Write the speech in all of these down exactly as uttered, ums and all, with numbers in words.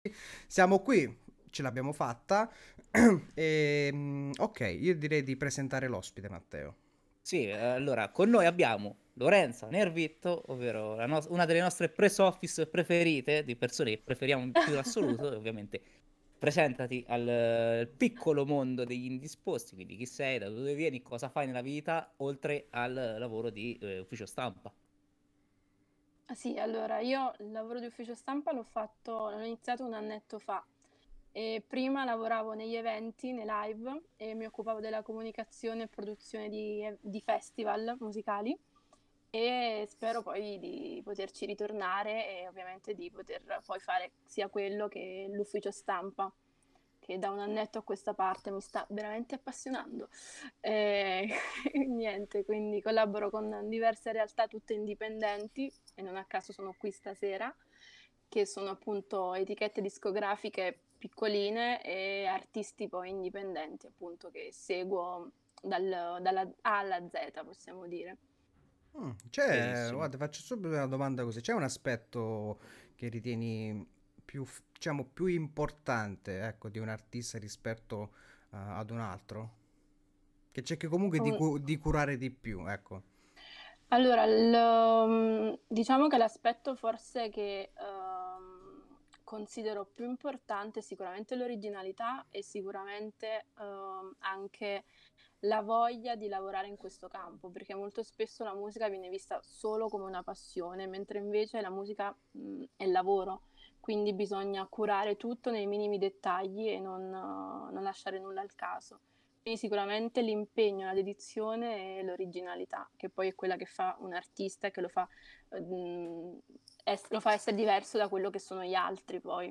Siamo qui, ce l'abbiamo fatta. E, mm, ok, io direi di presentare l'ospite, Matteo. Sì, eh, allora con noi abbiamo Lorenza Nervitto, ovvero la nos- una delle nostre press office preferite, di persone che preferiamo più in assoluto, e ovviamente presentati al eh, piccolo mondo degli indisposti, quindi chi sei, da dove vieni, cosa fai nella vita, oltre al lavoro di eh, ufficio stampa. Ah, sì, allora io il lavoro di ufficio stampa l'ho fatto, l'ho iniziato un annetto fa e prima lavoravo negli eventi, nei live e mi occupavo della comunicazione e produzione di, di festival musicali e spero poi di poterci ritornare e ovviamente di poter poi fare sia quello che l'ufficio stampa, che da un annetto a questa parte mi sta veramente appassionando. E niente, quindi collaboro con diverse realtà tutte indipendenti e non a caso sono qui stasera, che sono appunto etichette discografiche piccoline e artisti poi indipendenti, appunto, che seguo dal- dalla A alla Z, possiamo dire. Mm, c'è, Benissimo. guarda, faccio subito una domanda così. C'è un aspetto che ritieni più, f- diciamo, più importante, ecco, di un artista rispetto eh, ad un altro? Che cerchi comunque di, Un- cu- di curare di più, ecco. Allora, il, mm, diciamo che l'aspetto forse che ehm, considero più importante è sicuramente l'originalità e sicuramente ehm, anche la voglia di lavorare in questo campo, perché molto spesso la musica viene vista solo come una passione, mentre invece la musica mh, è lavoro, quindi bisogna curare tutto nei minimi dettagli e non, eh, non lasciare nulla al caso. Quindi sicuramente l'impegno, la dedizione e l'originalità, che poi è quella che fa un artista e che lo fa, ehm, es- lo fa essere diverso da quello che sono gli altri poi.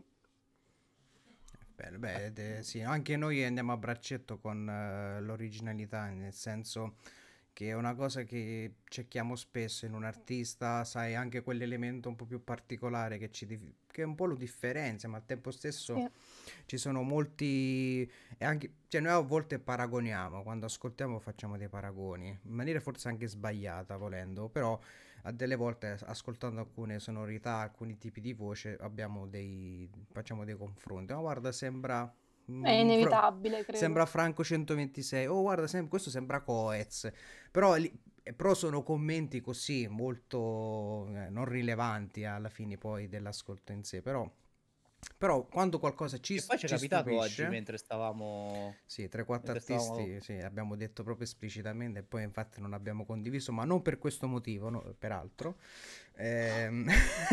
Bello, beh, de- sì, anche noi andiamo a braccetto con eh, l'originalità, nel senso che è una cosa che cerchiamo spesso in un artista, sai, anche quell'elemento un po' più particolare che, ci dif- che un po' lo differenzia, ma al tempo stesso Sì. ci sono molti... E anche, cioè noi a volte paragoniamo, quando ascoltiamo facciamo dei paragoni, in maniera forse anche sbagliata, volendo, però a delle volte ascoltando alcune sonorità, alcuni tipi di voce, abbiamo dei, facciamo dei confronti. Ma guarda, sembra, È mm, Fra- inevitabile, credo. sembra Franco centoventisei. Oh, guarda, sem- questo sembra Coez. Però, lì- eh, però sono commenti così molto eh, non rilevanti alla fine poi dell'ascolto in sé. Però, però quando qualcosa ci, E poi ci è ci capitato oggi stupisce, mentre stavamo, sì, tre quattro mentre stavamo artisti, sì, abbiamo detto proprio esplicitamente e poi infatti non abbiamo condiviso, ma non per questo motivo, no, peraltro. Ehm,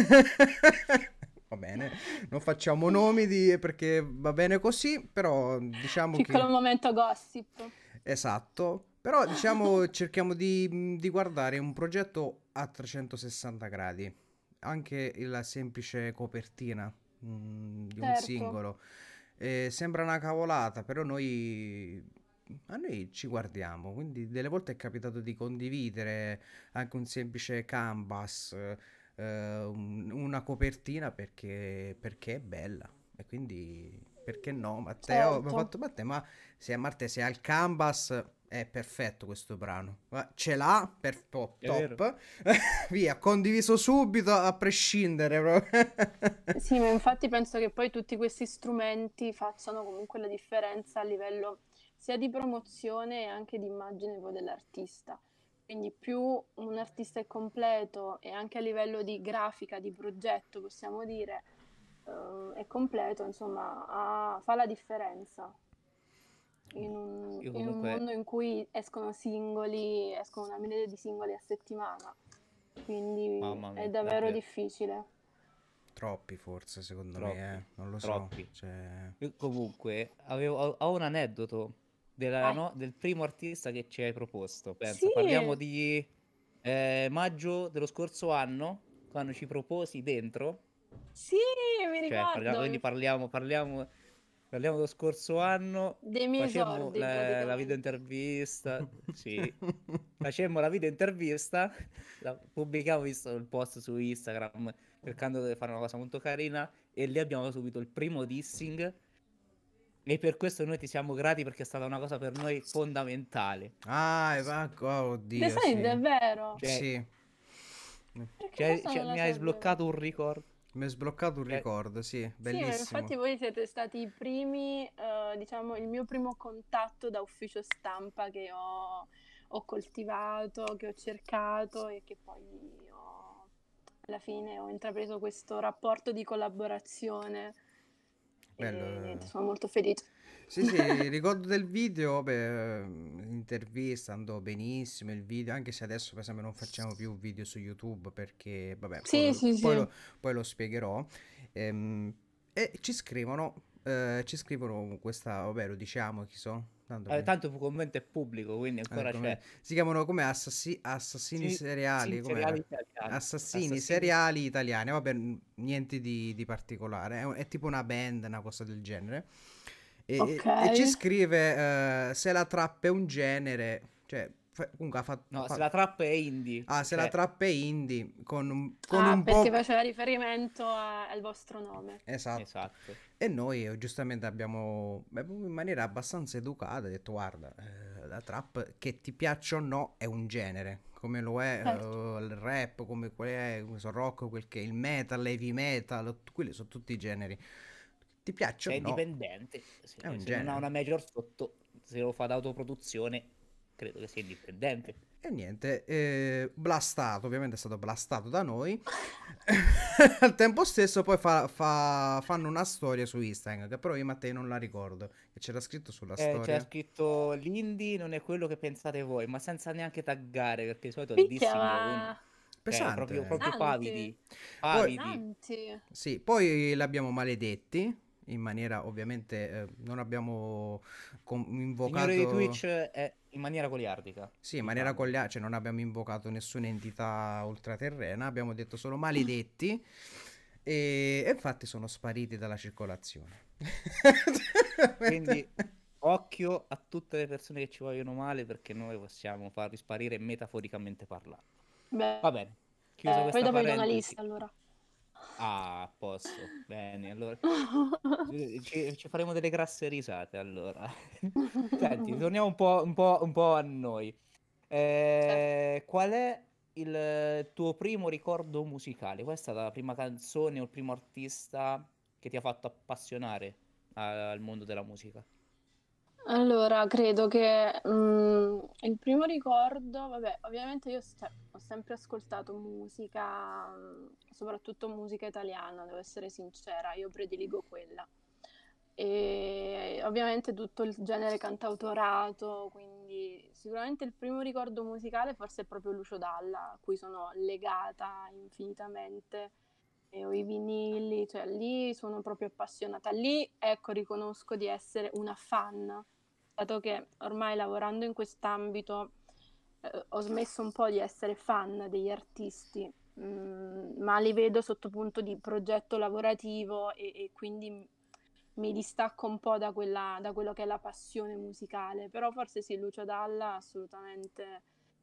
Va bene, non facciamo nomi di- perché va bene così, però diciamo che... Piccolo momento gossip. Esatto, però diciamo cerchiamo di, di guardare un progetto a trecentosessanta gradi, anche la semplice copertina mm, di un Certo. singolo. Eh, sembra una cavolata, però noi, a noi ci guardiamo, quindi delle volte è capitato di condividere anche un semplice canvas, eh, un- una copertina perché, perché è bella. E quindi perché no? Matteo mi ha Certo. fatto Matteo, ma se a Marte se ha il canvas è perfetto questo brano. Ma ce l'ha per top, È vero. top. Via, condiviso subito a prescindere proprio. Sì, ma infatti penso che poi tutti questi strumenti facciano comunque la differenza a livello sia di promozione e anche di immagine poi dell'artista. Quindi più un artista è completo e anche a livello di grafica, di progetto, possiamo dire, eh, è completo, insomma, ha- fa la differenza in un, Io in un comunque, mondo in cui escono singoli, escono una miriade di singoli a settimana. Quindi mamma è mia, davvero davvero, difficile. Troppi forse secondo me, troppi, eh. Non lo so. troppi. Cioè... Io comunque avevo, ho, ho un aneddoto della Vai. no- del primo artista che ci hai proposto. Sì, Pensa, parliamo di eh, maggio dello scorso anno, quando ci proposi dentro. sì, mi Cioè, parliamo, ricordo quindi in- parliamo, parliamo, parliamo dello scorso anno, dei miei facemmo esordi la, la video praticamente. intervista, sì, facemmo la video intervista, la pubblicavo visto il post su Instagram cercando di fare una cosa molto carina e lì abbiamo subito il primo dissing e per questo noi ti siamo grati perché è stata una cosa per noi fondamentale. Ah, Ecco, oh, Lo oddio, sai sì. davvero? Cioè, Sì. Perché cioè, questo cioè, non la mi hai sapevo. sbloccato un ricordo. Mi hai sbloccato un Che- ricordo, sì, Sì, ma bellissimo. infatti voi siete stati i primi, eh, diciamo, il mio primo contatto da ufficio stampa che ho, ho coltivato, che ho cercato e che poi ho, alla fine ho intrapreso questo rapporto di collaborazione e niente, Bello. sono molto felice. Sì, sì, ricordo del video, beh, l'intervista andò benissimo, il video, anche se adesso per esempio non facciamo più video su YouTube perché, vabbè, poi, Sì, lo, sì, poi sì. lo- poi lo spiegherò. Ehm, e ci scrivono, eh, ci scrivono questa, vabbè, lo diciamo chi so, tanto Eh, per- tanto il commento è pubblico, quindi eh, ancora come- c'è. si chiamano come assassi- assassini Sì, seriali, sì, com'era? seriali italiani. Assassini Assassini. seriali italiani, vabbè, n- niente di, di particolare, è, un- è tipo una band, una cosa del genere. E, Ok. e- e ci scrive eh, se la trap è un genere, cioè, fa- comunque ha fatto... No, se la trap è indie, Ah, se la cioè, trap è indie, con un, con Ah, un perché po'... faceva riferimento a- al vostro nome. Esatto. esatto. E noi eh, giustamente abbiamo, beh, in maniera abbastanza educata, detto guarda, eh, la trap che ti piaccia o no è un genere, come lo è Certo. eh, il rap, come quel è come so, il rock, quel che è il metal, heavy metal, t- quelli sono tutti generi. Ti piaccia Se o è no, indipendente, è se, un se non ha genere. una major sotto, se lo fa d'autoproduzione, credo che sia indipendente. E niente, eh, blastato, ovviamente è stato blastato da noi. Al tempo stesso poi fa- fa- fanno una storia su Instagram, che però io Matteo non la ricordo, che c'era scritto sulla Eh, c'è storia. scritto l'indie non è quello che pensate voi, ma senza neanche taggare, perché di solito il Picchia, dissing un... ma cioè proprio, Pesante. proprio pesanti, pavidi, Poi, pavidi. pesanti. sì, poi l'abbiamo maledetti, in maniera ovviamente eh, non abbiamo com- Signore di invocato... Twitch è in maniera goliardica, Sì, in maniera diciamolo. coglia, cioè non abbiamo invocato nessuna entità ultraterrena, abbiamo detto solo maledetti e, e infatti sono spariti dalla circolazione. Quindi occhio a tutte le persone che ci vogliono male perché noi possiamo farli sparire metaforicamente parlando. Beh, Va bene, chiusa eh, poi questa dopo vi do una parentesi. lista, allora. Ah, a posto, bene, allora ci, ci- ci faremo delle grasse risate allora. Senti, torniamo un po', un po', un po' a noi. Certo. Eh, qual è il tuo primo ricordo musicale? Qual è stata la prima canzone o il primo artista che ti ha fatto appassionare al mondo della musica? Allora, credo che mm, il primo ricordo, vabbè, ovviamente io cioè, ho sempre ascoltato musica, mm, soprattutto musica italiana, devo essere sincera, io prediligo quella. E ovviamente tutto il genere cantautorato, quindi sicuramente il primo ricordo musicale forse è proprio Lucio Dalla, a cui sono legata infinitamente. E ho i vinili, cioè lì sono proprio appassionata. Lì, ecco, riconosco di essere una fan, dato che ormai lavorando in quest'ambito eh, ho smesso un po' di essere fan degli artisti, mm, ma li vedo sotto punto di progetto lavorativo e, e quindi mi distacco un po' da quella, da quello che è la passione musicale. Però forse sì, Lucio Dalla assolutamente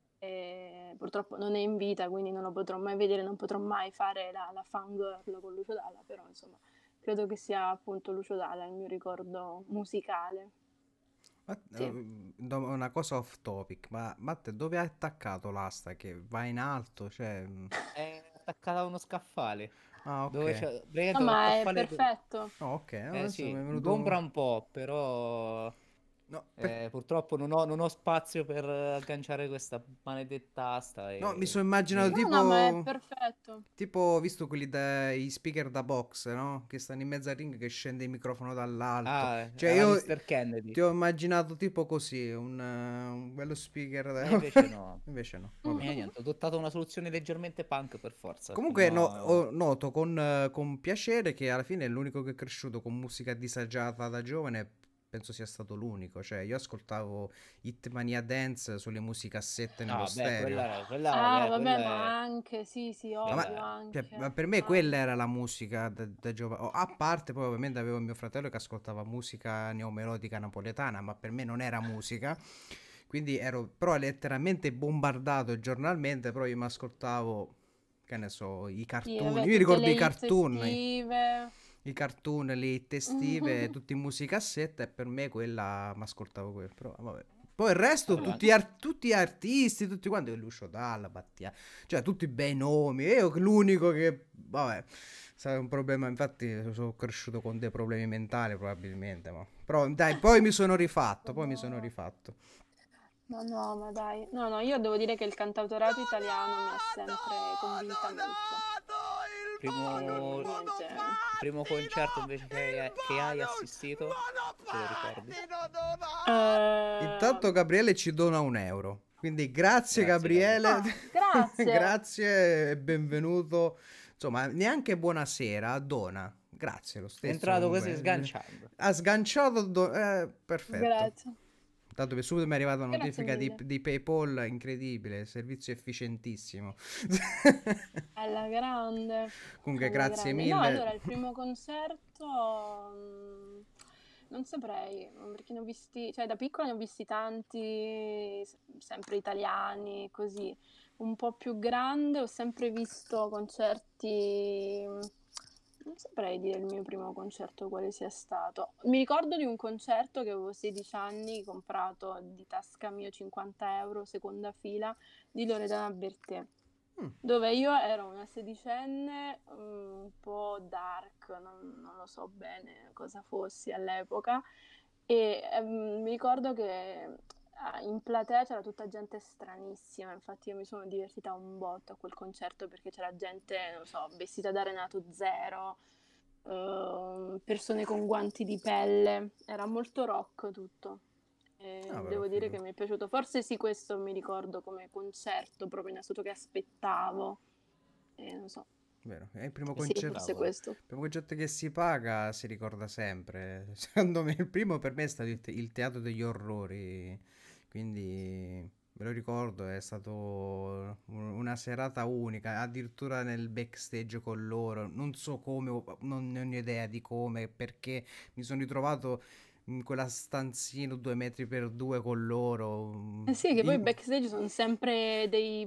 e purtroppo non è in vita, quindi non lo potrò mai vedere, non potrò mai fare la, la fangirl con Lucio Dalla, però insomma credo che sia appunto Lucio Dalla il mio ricordo musicale. Ma, Sì. eh, do- una cosa off topic, ma Matte, dove hai attaccato l'asta che va in alto? Cioè, mm, È attaccata a uno scaffale. ah, ok. Dove c'è No, praticamente uno ma è scaffale. do- perfetto. Oh, ok, Eh adesso mi sì, è venuto... ingombra un po', però No, per- eh, purtroppo non ho, non ho spazio per agganciare questa maledetta asta no, mi e sono immaginato niente. No, no, ma è tipo... perfetto. Tipo, ho visto quelli dai speaker da box, no? Che stanno in mezzo al ring che scende il microfono dall'alto. Ah, Cioè, alla io mister Kennedy. ti ho immaginato tipo così, un, eh, un bello speaker. E da- invece no. Invece no, vabbè. E niente, ho adottato una soluzione leggermente punk per forza. Comunque no- No, ho- noto con, eh, con piacere che alla fine è l'unico che è cresciuto con musica disagiata da giovane, penso sia stato l'unico. Cioè, io ascoltavo Hitmania Dance sulle musicassette nello no, beh, stereo. quella, quella, Ah, vabbè, vabbè, quella è... ma anche, sì, sì, No, ma, ovvio, Quella... cioè, ma anche, per me quella anche. era la musica da, da giovane. Oh, a parte poi ovviamente avevo mio fratello che ascoltava musica neomelodica napoletana, ma per me non era musica. Quindi ero però letteralmente bombardato giornalmente, però io mi ascoltavo, che ne so, i Sì, cartoon. Io vabbè, mi tutte ricordo le i hit cartoon, estive. i cartoon, le hit estive, tutti in musicassetta e per me quella mi ascoltavo quello. Però vabbè. Poi il resto, Allora, tutti, ar- tutti artisti, tutti quanti, Lucio Dalla, Battia, cioè tutti bei nomi. E io l'unico che, vabbè, sarà un problema. Infatti, sono cresciuto con dei problemi mentali, probabilmente. Ma... Però, dai, poi mi sono rifatto. Poi mi sono No, rifatto. no, no, ma dai. No, no, io devo dire che il cantautorato italiano mi ha sempre convinta molto. primo, E niente. primo concerto invece che hai, che hai assistito, te lo ricordi? Intanto Eh, Gabriele ci dona un euro. Quindi grazie Grazie, Gabriele. Gabriele, Ah, grazie. grazie e benvenuto. Insomma, neanche buonasera, dona. Grazie lo È stesso entrato così comunque. sganciando. Ha sganciato, do- eh, perfetto. Grazie. Tanto per subito mi è arrivata una Grazie notifica di, mille. di PayPal, incredibile, servizio efficientissimo. Alla grande, Comunque alla grazie grande. No, mille. allora il primo concerto mm, non saprei, mm, perché ne ho visti, cioè da piccola ne ho visti tanti, s- sempre italiani, così. Un po' più grande ho sempre visto concerti, mm, non saprei dire il mio primo concerto quale sia stato. Mi ricordo di un concerto che avevo sedici anni, comprato di tasca mia cinquanta euro, seconda fila, di Loredana Bertè, Mm. dove io ero una sedicenne mm, un po' dark, non, non lo so bene cosa fossi all'epoca, e ehm, mi ricordo che ah, in platea c'era tutta gente stranissima, infatti io mi sono divertita un botto a quel concerto perché c'era gente, non lo so, vestita da Renato Zero, ehm, persone con guanti di pelle, era molto rock tutto. E Ah, però devo dire figo. che mi è piaciuto. Forse sì, questo mi ricordo come concerto, proprio in assoluto che aspettavo. E non so, Vero, è il primo sì, concerto. forse Cavolo. questo. Il primo concerto che si paga si ricorda sempre. Secondo me il primo per me è stato il, te- il Teatro degli Orrori. Quindi me lo ricordo, è stato un- una serata unica, addirittura nel backstage con loro. Non so come, o- non ne ho idea di come, perché mi sono ritrovato in quella stanzino due metri per due con loro. mm, Eh sì, che poi in- backstage sono sempre dei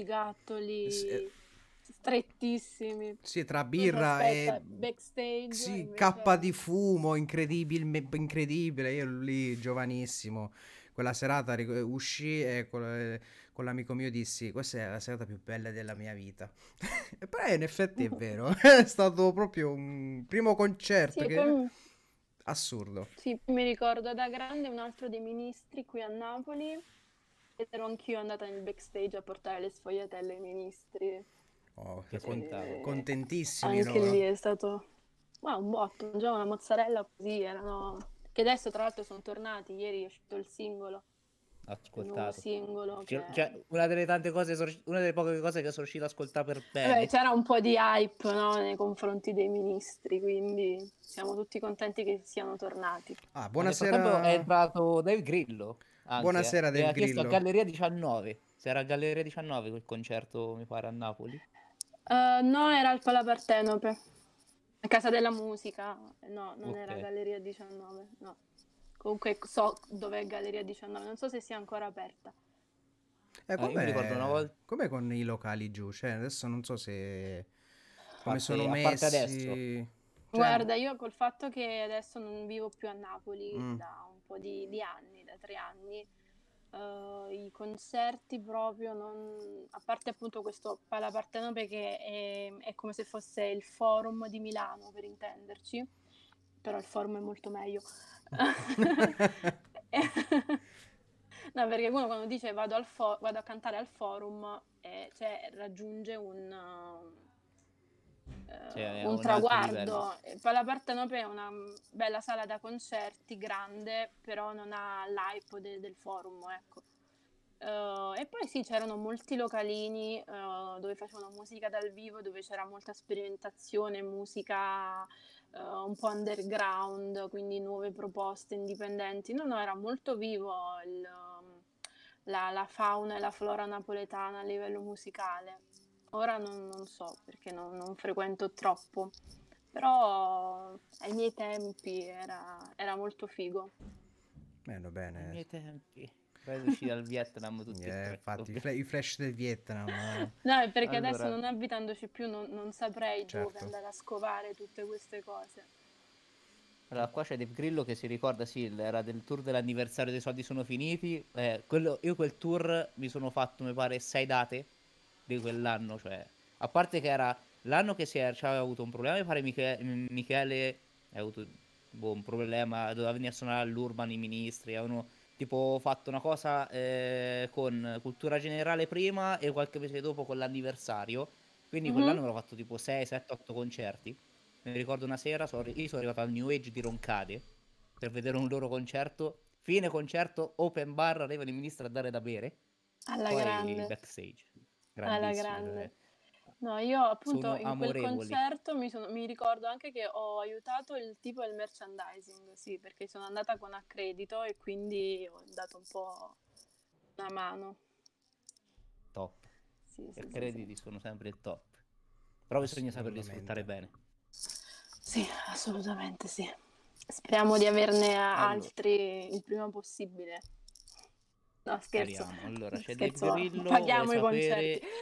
s- eh, bugigattoli strettissimi. sì, tra Uno si birra e aspetta backstage, sì, cappa invece... di fumo, incredibile, incredibile. Io lì giovanissimo, quella serata ric- uscì e con, con l'amico mio dissi: Questa è la serata più bella della mia vita. E però in effetti è vero, è stato proprio un primo Sì, concerto e che poi assurdo. sì, mi ricordo da grande un altro dei ministri qui a Napoli ed ero anch'io andata nel backstage a portare le sfogliatelle ai ministri. Oh, Che con- E contentissimi anche lì loro. è stato ma un botto, mangiavo una mozzarella così, erano... che adesso tra l'altro sono tornati, ieri è uscito il singolo, il nuovo Ascoltato. singolo che... Cioè, cioè, una delle tante cose, sono riusci- una delle poche cose che sono riuscito ad ascoltare per Vabbè, bene. c'era un po' di hype, no, nei confronti dei ministri, quindi siamo tutti contenti che siano tornati. Ah, Ma nel frattempo è buonasera, entrato Dave Grillo anche, eh, buonasera che del ha chiesto a Grillo. Galleria diciannove. Se era a Galleria diciannove quel concerto, mi pare, a Napoli. Eh, no, era al Palapartenope, a Casa della Musica, no, non Ok. era Galleria diciannove, no. Comunque so dov'è Galleria diciannove, non so se sia ancora aperta. Eh, Eh, io mi ricordo una com'è, volta, com'è con i locali giù? Cioè, adesso non so se a come sono parte, a parte adesso, messi. Cioè, Guarda, io col fatto che adesso non vivo più a Napoli mm, da un po' di, di anni, da tre anni, eh, i concerti proprio non... A parte appunto questo Palapartenope che è, è come se fosse il Forum di Milano, per intenderci, però il Forum è molto meglio. No, perché uno quando dice vado, al fo- vado a cantare al Forum, eh, cioè raggiunge un... eh, cioè, è un un altro livello. traguardo. E Palapartenope è una mm, bella sala da concerti, grande, però non ha l'hype de- del forum, ecco. Eh, e poi sì, c'erano molti localini eh, dove facevano musica dal vivo, dove c'era molta sperimentazione, musica eh, un po' underground, quindi nuove proposte indipendenti. No, no, era molto vivo il, um, la, la fauna e la flora napoletana a livello musicale. Ora non, non so perché non, non frequento troppo, però ai miei tempi era, era molto figo. bene, Ai bene. miei tempi, reduci dal Vietnam tutti e Eh, tre. infatti, i, ovvio. fla- i flash del Vietnam, eh, No, è perché adesso Allora, non abitandoci più non, non saprei dove certo. andare a scovare tutte queste cose. Allora, qua c'è Dave Grillo che si ricorda, sì, il- era del tour dell'anniversario dei Soldi Sono Finiti. Eh, quello- io quel tour mi sono fatto, mi pare, sei date di quell'anno, cioè, a parte che era l'anno che si è, c'aveva avuto un problema, mi pare Miche- Michele ha avuto boh, un problema, doveva venire a suonare all'Urban i ministri, avevano tipo fatto una cosa eh, con cultura generale prima e qualche mese dopo con l'anniversario, quindi Mhm. quell'anno avevo fatto tipo sei, sette, otto concerti. Mi ricordo una sera, sono arri- io sono arrivato al New Age di Roncade per vedere un loro concerto. Fine concerto, open bar, arrivano i ministri a dare da bere. Alla Poi grande, backstage. alla Grandissimo, cioè, grande. No, io appunto sono in quel amorevoli. concerto mi, sono- mi ricordo anche che ho aiutato il tipo del merchandising, sì, perché sono andata con accredito e quindi ho dato un po' una mano. Top. Sì, I sì, sì, sì. crediti sono sempre il top. Però bisogna saperli sfruttare Assolutamente. bene. Sì, assolutamente sì. Speriamo di averne Allora, altri il prima possibile. No, scherzo, speriamo. Allora, c'è Dave scherzo, Grillo, vuole paghiamo i concerti. sapere...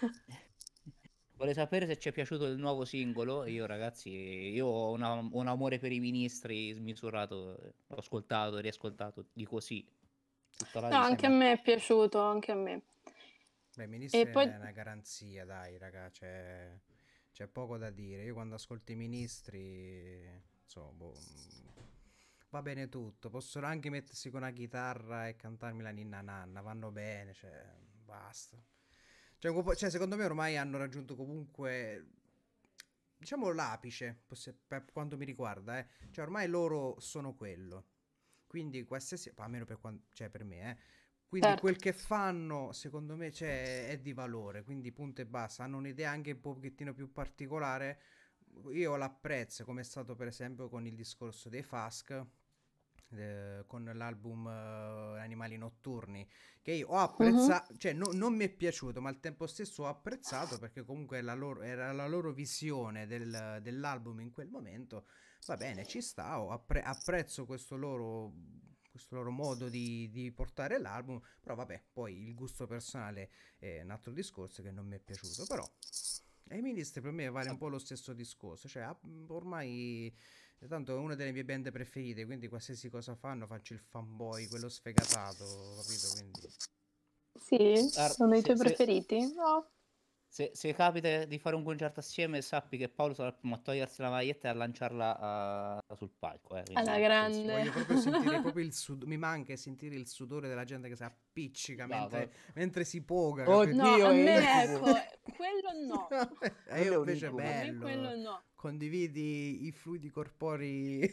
Vuole sapere se ci è piaciuto il nuovo singolo. Io, ragazzi, io ho una- un amore per i ministri smisurato. eh, L'ho ascoltato, riascoltato, dico sì, tutta la No, Sì, vita. anche a ma me è piaciuto, anche a me. beh, E Ministri poi, è una garanzia, dai, raga, c'è, c'è poco da dire. Io quando ascolto i ministri, insomma, boh, mm, va bene tutto. Possono anche mettersi con una chitarra e cantarmi la ninna nanna, vanno bene, cioè, basta. Cioè, comunque- cioè, secondo me ormai hanno raggiunto comunque, diciamo, l'apice, possi- per quanto mi riguarda, eh. Cioè, ormai loro sono quello. Quindi qualsiasi, almeno per, quan- cioè, per me, eh. Quindi certo. quel che fanno, secondo me, cioè, è di valore, quindi punto e basta. Hanno un'idea anche un pochettino più particolare. Io l'apprezzo, come è stato per esempio con il discorso dei Fask, eh, con l'album eh, Animali Notturni, che io ho Mhm. apprezzato, cioè no- non mi è piaciuto, ma al tempo stesso ho apprezzato perché comunque la loro- era la loro visione del- dell'album in quel momento. Va bene, ci sta, ho appre- apprezzo questo loro, questo loro modo di, di portare l'album, però vabbè, poi il gusto personale è un altro discorso che non mi è piaciuto, però ai Ministri per me vale un po' lo stesso discorso, cioè ah, ormai tanto è una delle mie band preferite, quindi qualsiasi cosa fanno faccio il fanboy, quello sfegatato, capito? Quindi Sì, Guarda, sono i se, tuoi se- preferiti? No. se- se capita di fare un concerto assieme, sappi che Paolo sarà il primo a togliersi la maglietta e a lanciarla a- sul palco. Eh, Alla quindi sì, attenzione. grande. voglio proprio sentire proprio il sudore, mi manca sentire il sudore della gente che si appiccica No, mentre, ma- mentre si poga, capito? No, Oddio, a è me incubo. ecco, quello no. E io Quello è un invece è incubo. A me bello, quello no. condividi i fluidi corporei.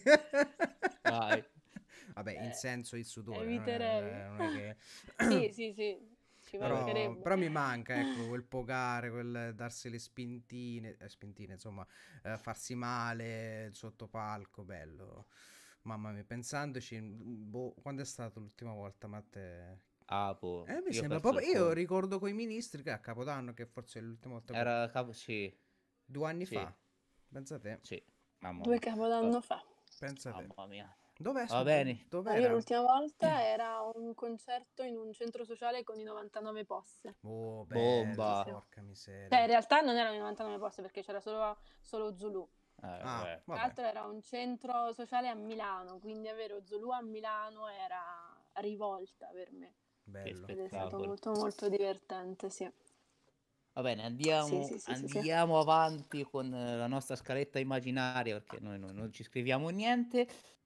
Vai. Vabbè, in Eh, senso il sudore, non eviterei. è, non è che... Sì, sì, sì, ci Vabbè. Però, mancherebbe. però mi manca, ecco, quel pogare, quel darsi le spintine, eh, spintine, insomma, eh, farsi male sotto palco, bello. Mamma mia, pensandoci, mm, boh, quando è stato l'ultima volta, Matte? Ah, boh, Eh, mi io ho sembra perso proprio, il io conto. ricordo coi ministri che a Capodanno, che forse è l'ultima volta che ho... Era capo... Sì, Due anni sì, fa, pensa te, sì. Mamma Due mia. Va- capodanno fa. pensa te. Mamma mia. Dov'è, Va scusa? bene. No, io Dov'era? l'ultima volta era un concerto in un centro sociale con i novantanove poste. Oh, bello, Bomba. Bellissimo. porca Cioè, miseria. in realtà non erano i novantanove posti perché c'era solo, solo Zulu. Eh, Ah, vabbè. Tra vabbè, l'altro era un centro sociale a Milano, quindi avere Zulu a Milano era rivolta per me. Che bello. Ed è stato spettacolo. molto molto divertente, sì. Va bene, Sì, andiamo, sì, sì, sì, sì. andiamo avanti con eh, la nostra scaletta immaginaria perché noi, noi non ci scriviamo niente.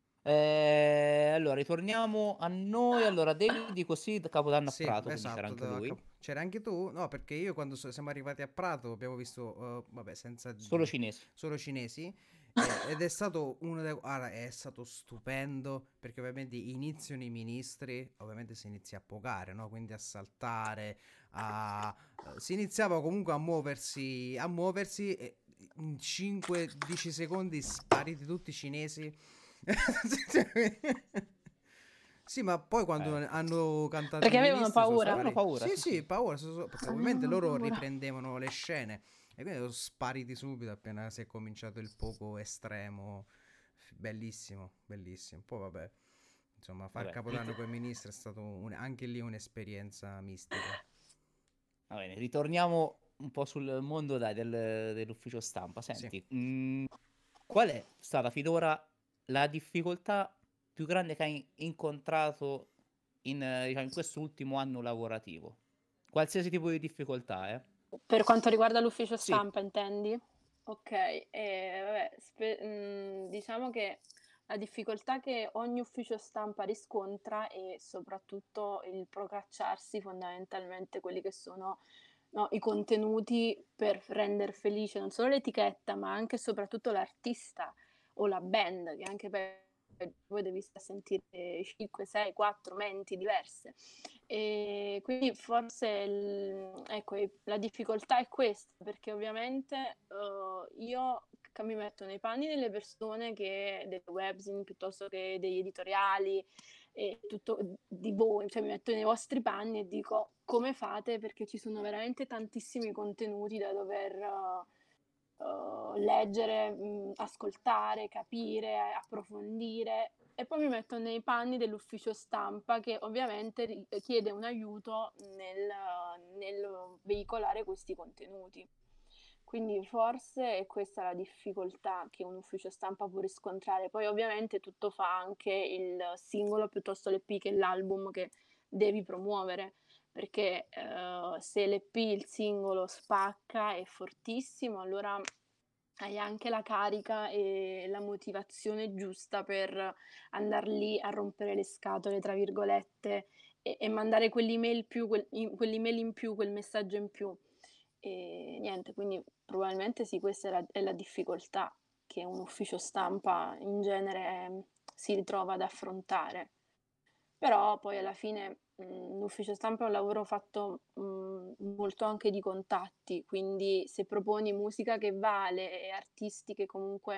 Eh, allora, ritorniamo a noi. Allora, David di così Capodanno a Sì, Prato, quindi c'era esatto. anche da lui. Cap- C'era anche tu? No, perché io quando so- siamo arrivati a Prato abbiamo visto, eh, vabbè, senza Solo mh, cinesi. solo cinesi. eh, ed è stato uno dei... Guarda, è stato stupendo perché ovviamente iniziano i ministri, ovviamente si inizia a pogare, no? Quindi a saltare, a... eh, si iniziava comunque a muoversi, a muoversi e in cinque dieci secondi spariti tutti i cinesi. Sì, ma poi quando Eh, hanno cantato i Perché avevano ministri sono paura? avevano spariti. paura, Sì, sì, sì, sì. paura, so- so- perché ovviamente Avevano loro paura. riprendevano le scene e quindi sono spariti subito appena si è cominciato il poco estremo. F- Bellissimo, bellissimo. Poi vabbè, insomma, far Vabbè, Capodanno rit- con i ministri è stato un- anche lì un'esperienza mistica. va bene, ritorniamo un po' sul mondo, dai, del- dell'ufficio stampa. Sì. Senti, mm, qual è stata finora la difficoltà più grande che hai incontrato in, eh, diciamo, in questo ultimo anno lavorativo? Qualsiasi tipo di difficoltà, eh? Per quanto riguarda l'ufficio Sì, stampa intendi? Okay, ehm, vabbè spe mhmm, diciamo che la difficoltà che ogni ufficio stampa riscontra è soprattutto il procacciarsi fondamentalmente quelli che sono, no, i contenuti per f render felice non solo l'etichetta, ma anche e soprattutto l'artista o la band, che anche pe poi devi sta a sentire cinque, sei, quattro menti diverse. Ehm, quindi forse il ecco, i la difficoltà è questa, perché ovviamente, uhm, io c mi metto nei panni delle persone che delle webzine piuttosto che degli editoriali e tutto d di voi, cioè mi metto nei vostri panni e dico: "Come fate?" Perché ci sono veramente tantissimi contenuti da dover, uhm, leggere, mhmm, ascoltare, capire, approfondire e poi mi metto nei panni dell'ufficio stampa che ovviamente ri chiede un aiuto nel nel veicolare questi contenuti. Quindi forse è questa la difficoltà che un ufficio stampa può riscontrare. Poi ovviamente tutto fa anche il singolo piuttosto l'E P che l'album che devi promuovere, perché, ehm, se l'E P, il singolo spacca, è fortissimo, allora hai anche la carica e la motivazione giusta per andar lì a "rompere le scatole" tra virgolette e e mandare quell'email più quel in quell'email in più, quel messaggio in più. E niente, quindi probabilmente sì, questa è la è la difficoltà che un ufficio stampa in genere, mhmm, si ritrova ad affrontare. Però poi alla fine, mhmm, l'ufficio stampa è un lavoro fatto, mhmm, molto anche di contatti, quindi se proponi musica che vale e artisti che comunque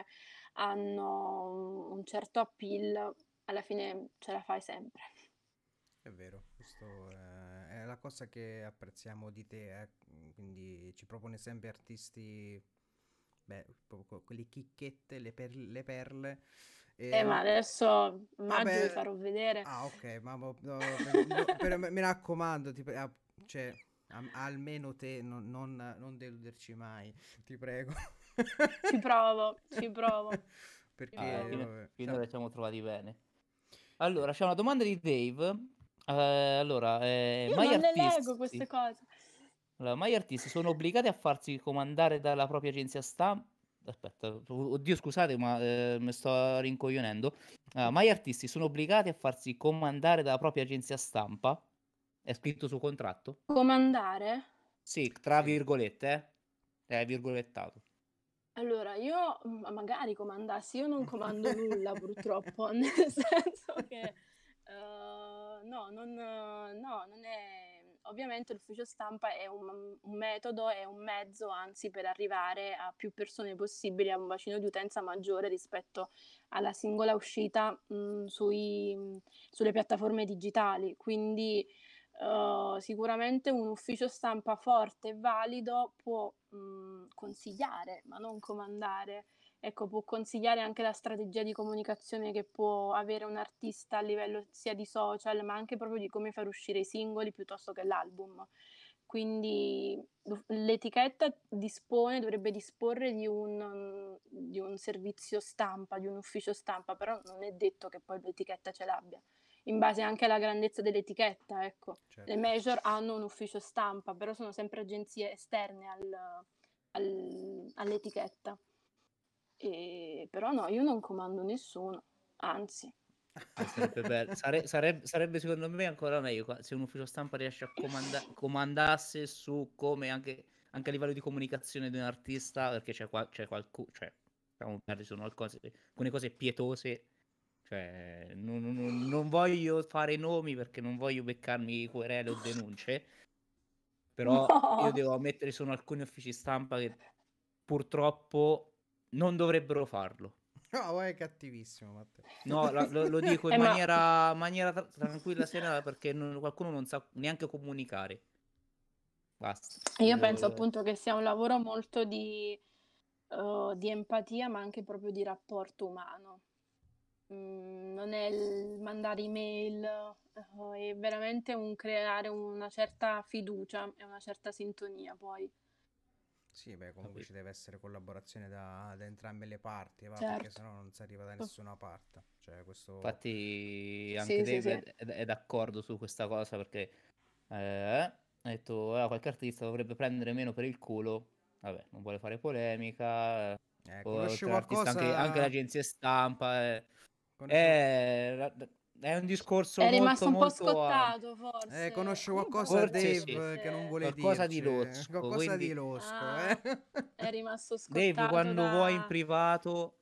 hanno un certo appeal, alla fine ce la fai sempre. È vero, questo è, è la cosa che apprezziamo di te, eh, mm, quindi ci propone sempre artisti, beh, proprio quelli chicchette, le, per- le perle. Eh, E, ma ma, adesso a maggio vi vabbè, farò vedere. ah ok, ma mo- no, per- no, per- mi raccomando, ti pre- ah, cioè, am- almeno te non, non- non deluderci mai, ti prego. Ci provo, ci provo, ci ah, Perché, provo. fino- vabbè, finora siamo- ci siamo trovati bene. eh, Allora, c'è una domanda di Dave. Eh, allora, eh, Io mai non le leggo artisti, queste cose. allora, mai artisti sono obbligati a farsi comandare dalla propria agenzia stampa? Aspetta, o- oddio, scusate, ma eh, mi sto rincoglionendo. Ah, mai artisti sono obbligati a farsi comandare dalla propria agenzia stampa? È scritto sul contratto? Comandare? Sì, tra sì. virgolette, eh? È virgolettato. Allora, io ma magari comandassi, io non comando nulla purtroppo, nel senso che, uhm, no, non no, non è ovviamente l'ufficio stampa è un un metodo, è un mezzo anzi per arrivare a più persone possibili, a un bacino di utenza maggiore rispetto alla singola uscita, mhmm, sui mhmm, sulle piattaforme digitali. Quindi, uhm, sicuramente un ufficio stampa forte e valido può, mhmm, consigliare, ma non comandare. Ecco, può consigliare anche la strategia di comunicazione che può avere un artista a livello sia di social, ma anche proprio di come far uscire i singoli piuttosto che l'album. Quindi l'uf l'etichetta dispone dovrebbe disporre di un mhmm, di un servizio stampa, di un ufficio stampa, però non è detto che poi l'etichetta ce l'abbia. In base anche alla grandezza dell'etichetta, ecco. Le Certo. major hanno un ufficio stampa, però sono sempre agenzie esterne al al all'etichetta. Ehm, però no, io non comando nessuno, anzi. Ah, sarebbe bello. Sare- sareb- sarebbe secondo me ancora meglio qua- se un ufficio stampa riesce a comanda- comandasse su come anche, anche a livello di comunicazione di un artista, perché c'è, qua- c'è qualcuno, cioè, diciamo, magari sono cose, alcune cose pietose, cioè, non, non- non voglio fare nomi perché non voglio beccarmi querele o denunce, però io No. devo ammettere sono alcuni uffici stampa che purtroppo non dovrebbero farlo. No, è cattivissimo, Matteo. No, la- lo, lo dico in Eh, ma maniera, maniera tra- tranquilla, serena, perché non- qualcuno non sa neanche comunicare. Basta. io penso Io- appunto che sia un lavoro molto di uhm, di empatia, ma anche proprio di rapporto umano. Mhmm, non è il mandare email, uhm, è veramente un creare una certa fiducia e una certa sintonia poi. Sì, beh, comunque ci capito? deve essere collaborazione da, da entrambe le parti, va, perché Certo. sennò non si arriva da nessuna parte. Cioè, questo... Infatti anche Sì, sì, Dave sì. è, è- è d'accordo su questa cosa perché eh, ha detto "Ah, qualche artista dovrebbe prendere meno per il culo, vabbè, non vuole fare polemica, eh, Eh, conosce oltre all'artista anche, anche qualcosa... l'agenzia stampa, eh. Conosce... È, è un discorso È rimasto molto un po' molto... ah, scottato, Eh, forse. conosce Io qualcosa forse sì, Dave che non paradossalmente... vuole qualcosa di dirci. losco, Qualcosa di quindi losco, eh? Ah, è rimasto Dave scottato quando vuoi in da... privato,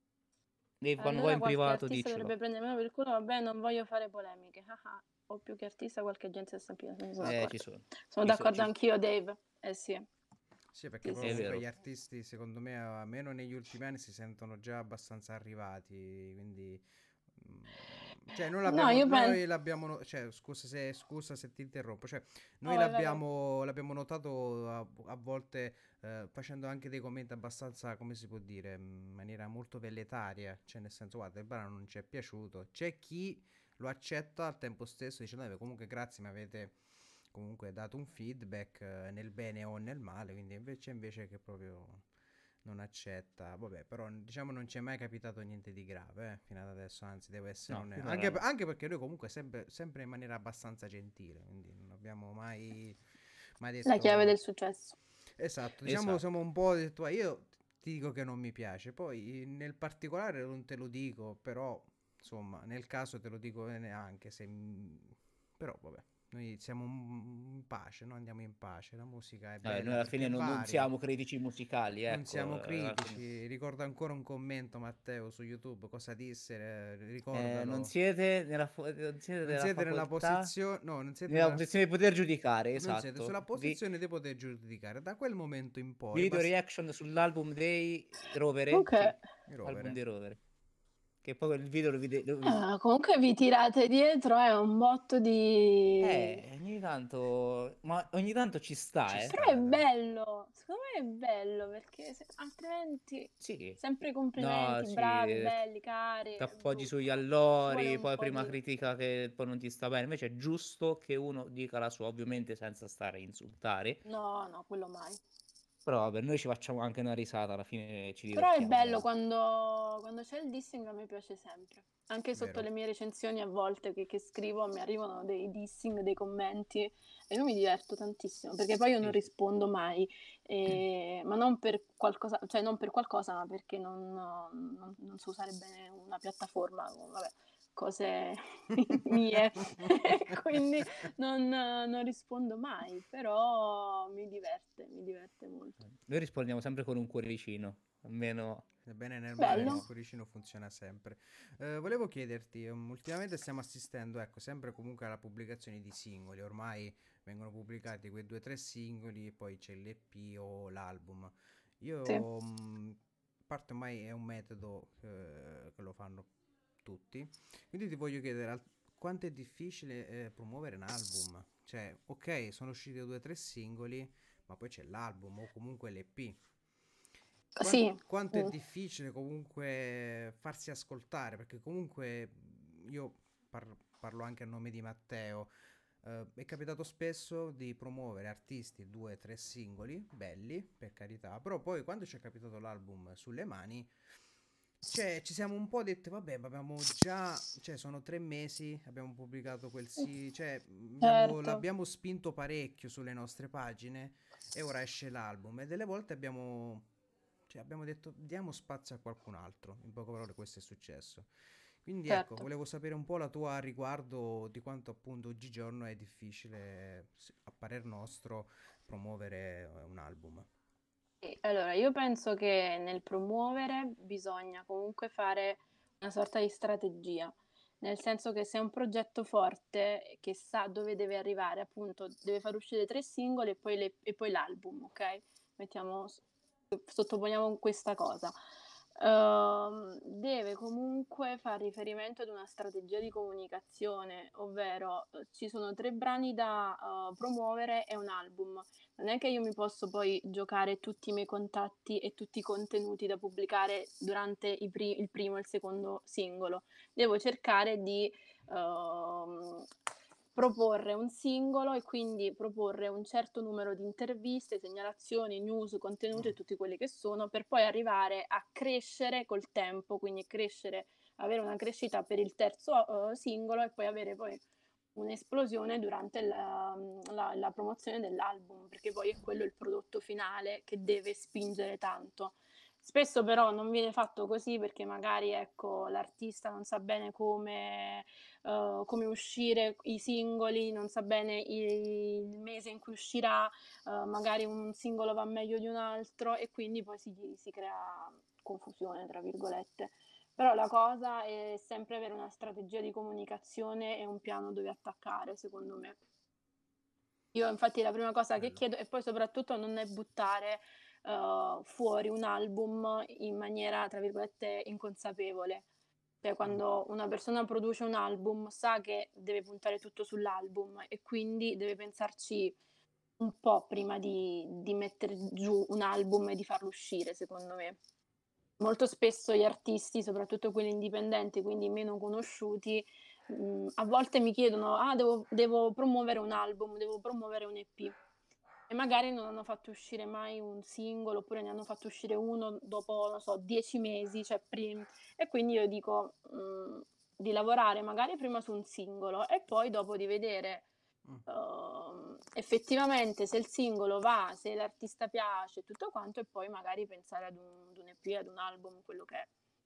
Dave quando vuoi Allora in qualche privato artista dovrebbe diccelo. prendere meno per il culo, vabbè, non voglio fare polemiche. Ah ah. O più che artista, qualche agenzia stampina, sono sono Eh, ci d'accordo. sono, Sono ci so- d'accordo ci so- anch'io, Dave. Eh sì, Sì, perché sì, sì, è proprio sì. comunque gli vero. artisti, secondo me, almeno negli ultimi anni si sentono già abbastanza arrivati, quindi... mm, Cioè, noi No, l'abbiamo, io penso... noi l'abbiamo, no- cioè, scusa se, scusa se ti interrompo, cioè, No, noi vai, vai, vai. l'abbiamo, l'abbiamo notato a, a volte eh, facendo anche dei commenti abbastanza, come si può dire, in maniera molto velletaria, cioè, nel senso, guarda, il brano non ci è piaciuto, c'è chi lo accetta al tempo stesso dicendo, "Eh, comunque grazie, mi avete comunque dato un feedback eh, nel bene o nel male, quindi invece invece che proprio non accetta, vabbè, però diciamo non ci è mai capitato niente di grave, eh, fino ad adesso, anzi devo essere No, onesto, finora anche, no. anche perché noi comunque sempre, sempre in maniera abbastanza gentile, quindi non abbiamo mai, mai La chiave detto... del successo. Esatto, diciamo siamo Esatto. un po' detto, "Ah, io ti dico che non mi piace, poi nel particolare non te lo dico, però insomma nel caso te lo dico neanche se... Però vabbè. Noi siamo in pace, noi andiamo in pace, la musica è Eh, noi bella alla perché fine non, non varia, siamo critici musicali, non ecco. siamo eh, alla fine. critici. Ricordo ancora un commento, Matteo, su YouTube, cosa disse, eh, Eh, non ricordalo. siete nella, fo- non siete Non nella siete nella facoltà, posizione, no, non siete nella nella, posizione di poter giudicare, non siete sulla esatto. Vi- posizione di poter giudicare. Da quel momento in poi, video basta... reaction sull'album dei Rovere, Ok. sì, album Rovere. dei Rovere. Che poi il video lo vide... lo vi- Ah, comunque vi tirate dietro, è un botto di... Eh, ogni tanto... Ma ogni tanto ci Ci sta, eh. Però è sta, dai. bello, secondo me è bello, perché se- altrimenti Sì. sempre No, complimenti, bravi, sì. belli, cari, Ti è appoggi brutto. sugli Ci vuole allori, un poi po' prima di... critica che poi non ti sta bene. Invece è giusto che uno dica la sua, ovviamente senza stare a insultare. No, no, quello mai. Però vabbè, noi ci facciamo anche una risata, alla fine ci Però è divertiamo bello anche. quando, quando c'è il dissing, a me piace sempre. Anche sotto Vero? le mie recensioni a volte che, che scrivo mi arrivano dei dissing, dei commenti e io mi diverto tantissimo perché poi io non Sì, sì. rispondo mai, eh, ma non per qualcosa, cioè non per qualcosa, ma perché non, non- non so usare bene una piattaforma, vabbè, cose mie, quindi non, non rispondo mai, però mi diverte, mi diverte molto. Noi rispondiamo sempre con un cuoricino, almeno Nel bene e nel male il Bello. almeno cuoricino funziona sempre. Eh, volevo chiederti, um, ultimamente stiamo assistendo, ecco, sempre comunque alla pubblicazione di singoli, ormai vengono pubblicati quei due o tre singoli e poi c'è l'E P o l'album. Sì. Io, mm, a parte ormai è un metodo eh, che lo fanno tutti, quindi ti voglio chiedere al- quanto è difficile eh, promuovere un album? Cioè, ok, sono usciti due o tre singoli, ma poi c'è l'album o comunque l'E P. Quan- Sì, quanto è mm, difficile comunque farsi ascoltare, perché comunque io par- parlo anche a nome di Matteo, eh, è capitato spesso di promuovere artisti due o tre singoli, belli, per carità, però poi quando ci è capitato l'album sulle mani, cioè ci siamo un po' detti, vabbè, ma abbiamo già, cioè sono tre mesi, abbiamo pubblicato quel sì, cioè abbiamo- certo, l'abbiamo spinto parecchio sulle nostre pagine e ora esce l'album e delle volte abbiamo, cioè, abbiamo detto diamo spazio a qualcun altro, in poche parole questo è successo. Quindi ecco, certo. volevo sapere un po' la tua a riguardo di quanto appunto oggigiorno è difficile, s- a parer nostro, promuovere eh, un album. E allora, io penso che nel promuovere bisogna comunque fare una sorta di strategia, nel senso che se è un progetto forte che sa dove deve arrivare, appunto, deve far uscire tre singoli e poi, le- e poi l'album, ok? Mettiamo, sottoponiamo questa cosa. Ehm, deve comunque fare riferimento ad una strategia di comunicazione, ovvero eh, ci sono tre brani da eh, promuovere e un album. Non è che io mi posso poi giocare tutti i miei contatti e tutti i contenuti da pubblicare durante i pri- il primo e il secondo singolo. Devo cercare di ehm, proporre un singolo e quindi proporre un certo numero di interviste, segnalazioni, news, contenuti e tutti quelli che sono, per poi arrivare a crescere col tempo, quindi crescere, avere una crescita per il terzo uh, singolo e poi avere poi un'esplosione durante la, la, la promozione dell'album, perché poi è quello il prodotto finale che deve spingere tanto. Spesso però non viene fatto così perché magari ecco, l'artista non sa bene come, uh, come uscire i singoli, non sa bene il, il mese in cui uscirà, uh, magari un singolo va meglio di un altro e quindi poi si, si crea confusione, tra virgolette. Però la cosa è sempre avere una strategia di comunicazione e un piano dove attaccare, secondo me. Io infatti la prima cosa che Bello. chiedo, e poi soprattutto non è buttare uh, fuori un album in maniera, tra virgolette, inconsapevole. Cioè, quando una persona produce un album sa che deve puntare tutto sull'album e quindi deve pensarci un po' prima di, di mettere giù un album e di farlo uscire, secondo me. Molto spesso gli artisti, soprattutto quelli indipendenti, quindi meno conosciuti, mh, a volte mi chiedono: ah, devo, devo promuovere un album, devo promuovere un E P. E magari non hanno fatto uscire mai un singolo, oppure ne hanno fatto uscire uno dopo, non so, dieci mesi, cioè prim- e quindi io dico mh, di lavorare magari prima su un singolo e poi dopo di vedere Mm. uh, effettivamente se il singolo va, se l'artista piace, tutto quanto, e poi magari pensare ad un, ad un E P, ad un album, quello che è.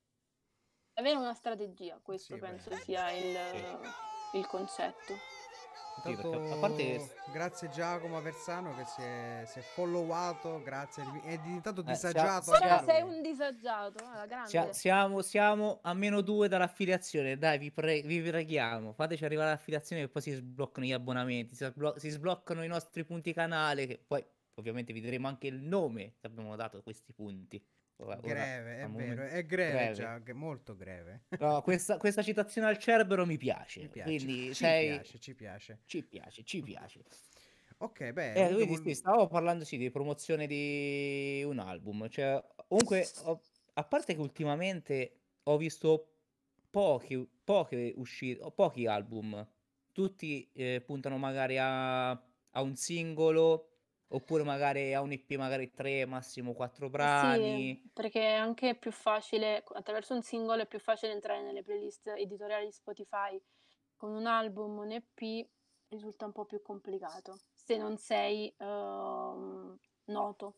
Avere una strategia, questo Sì, penso beh. sia il, Sì. il concetto. Sì, Intanto, perché a parte che grazie Giacomo Aversano che si è, si è followato, grazie, è diventato eh, sia- disagiato Ora anche sia- sei lui. un disagiato, alla sia- grande. siamo, siamo a meno due dall'affiliazione. Dai, vi, pre- vi preghiamo, fateci arrivare all'affiliazione che poi si sbloccano gli abbonamenti, si, sblo- si sbloccano i nostri punti canale, che poi ovviamente vi daremo anche il nome che abbiamo dato a questi punti. Ora, ora, Greve, è al vero, momento, è greve greve. già, che- molto greve. No, questa, questa citazione al Cerbero mi Mi piace, piace, quindi ci sei... piace, ci piace. Ci piace, ci piace. Ok, beh, Eh, comunque quindi sì, mol- stavo parlando sì, di promozione di un album. Cioè, comunque, ho- a parte che ultimamente ho visto pochi, poche uscite, o pochi album. Tutti eh, puntano magari a, a un singolo, oppure magari a un E P, magari tre, massimo quattro Eh sì, brani. perché è anche più facile, attraverso un singolo è più facile entrare nelle playlist editoriali di Spotify. Con un album, un E P risulta un po' più complicato, se non sei ehm, noto.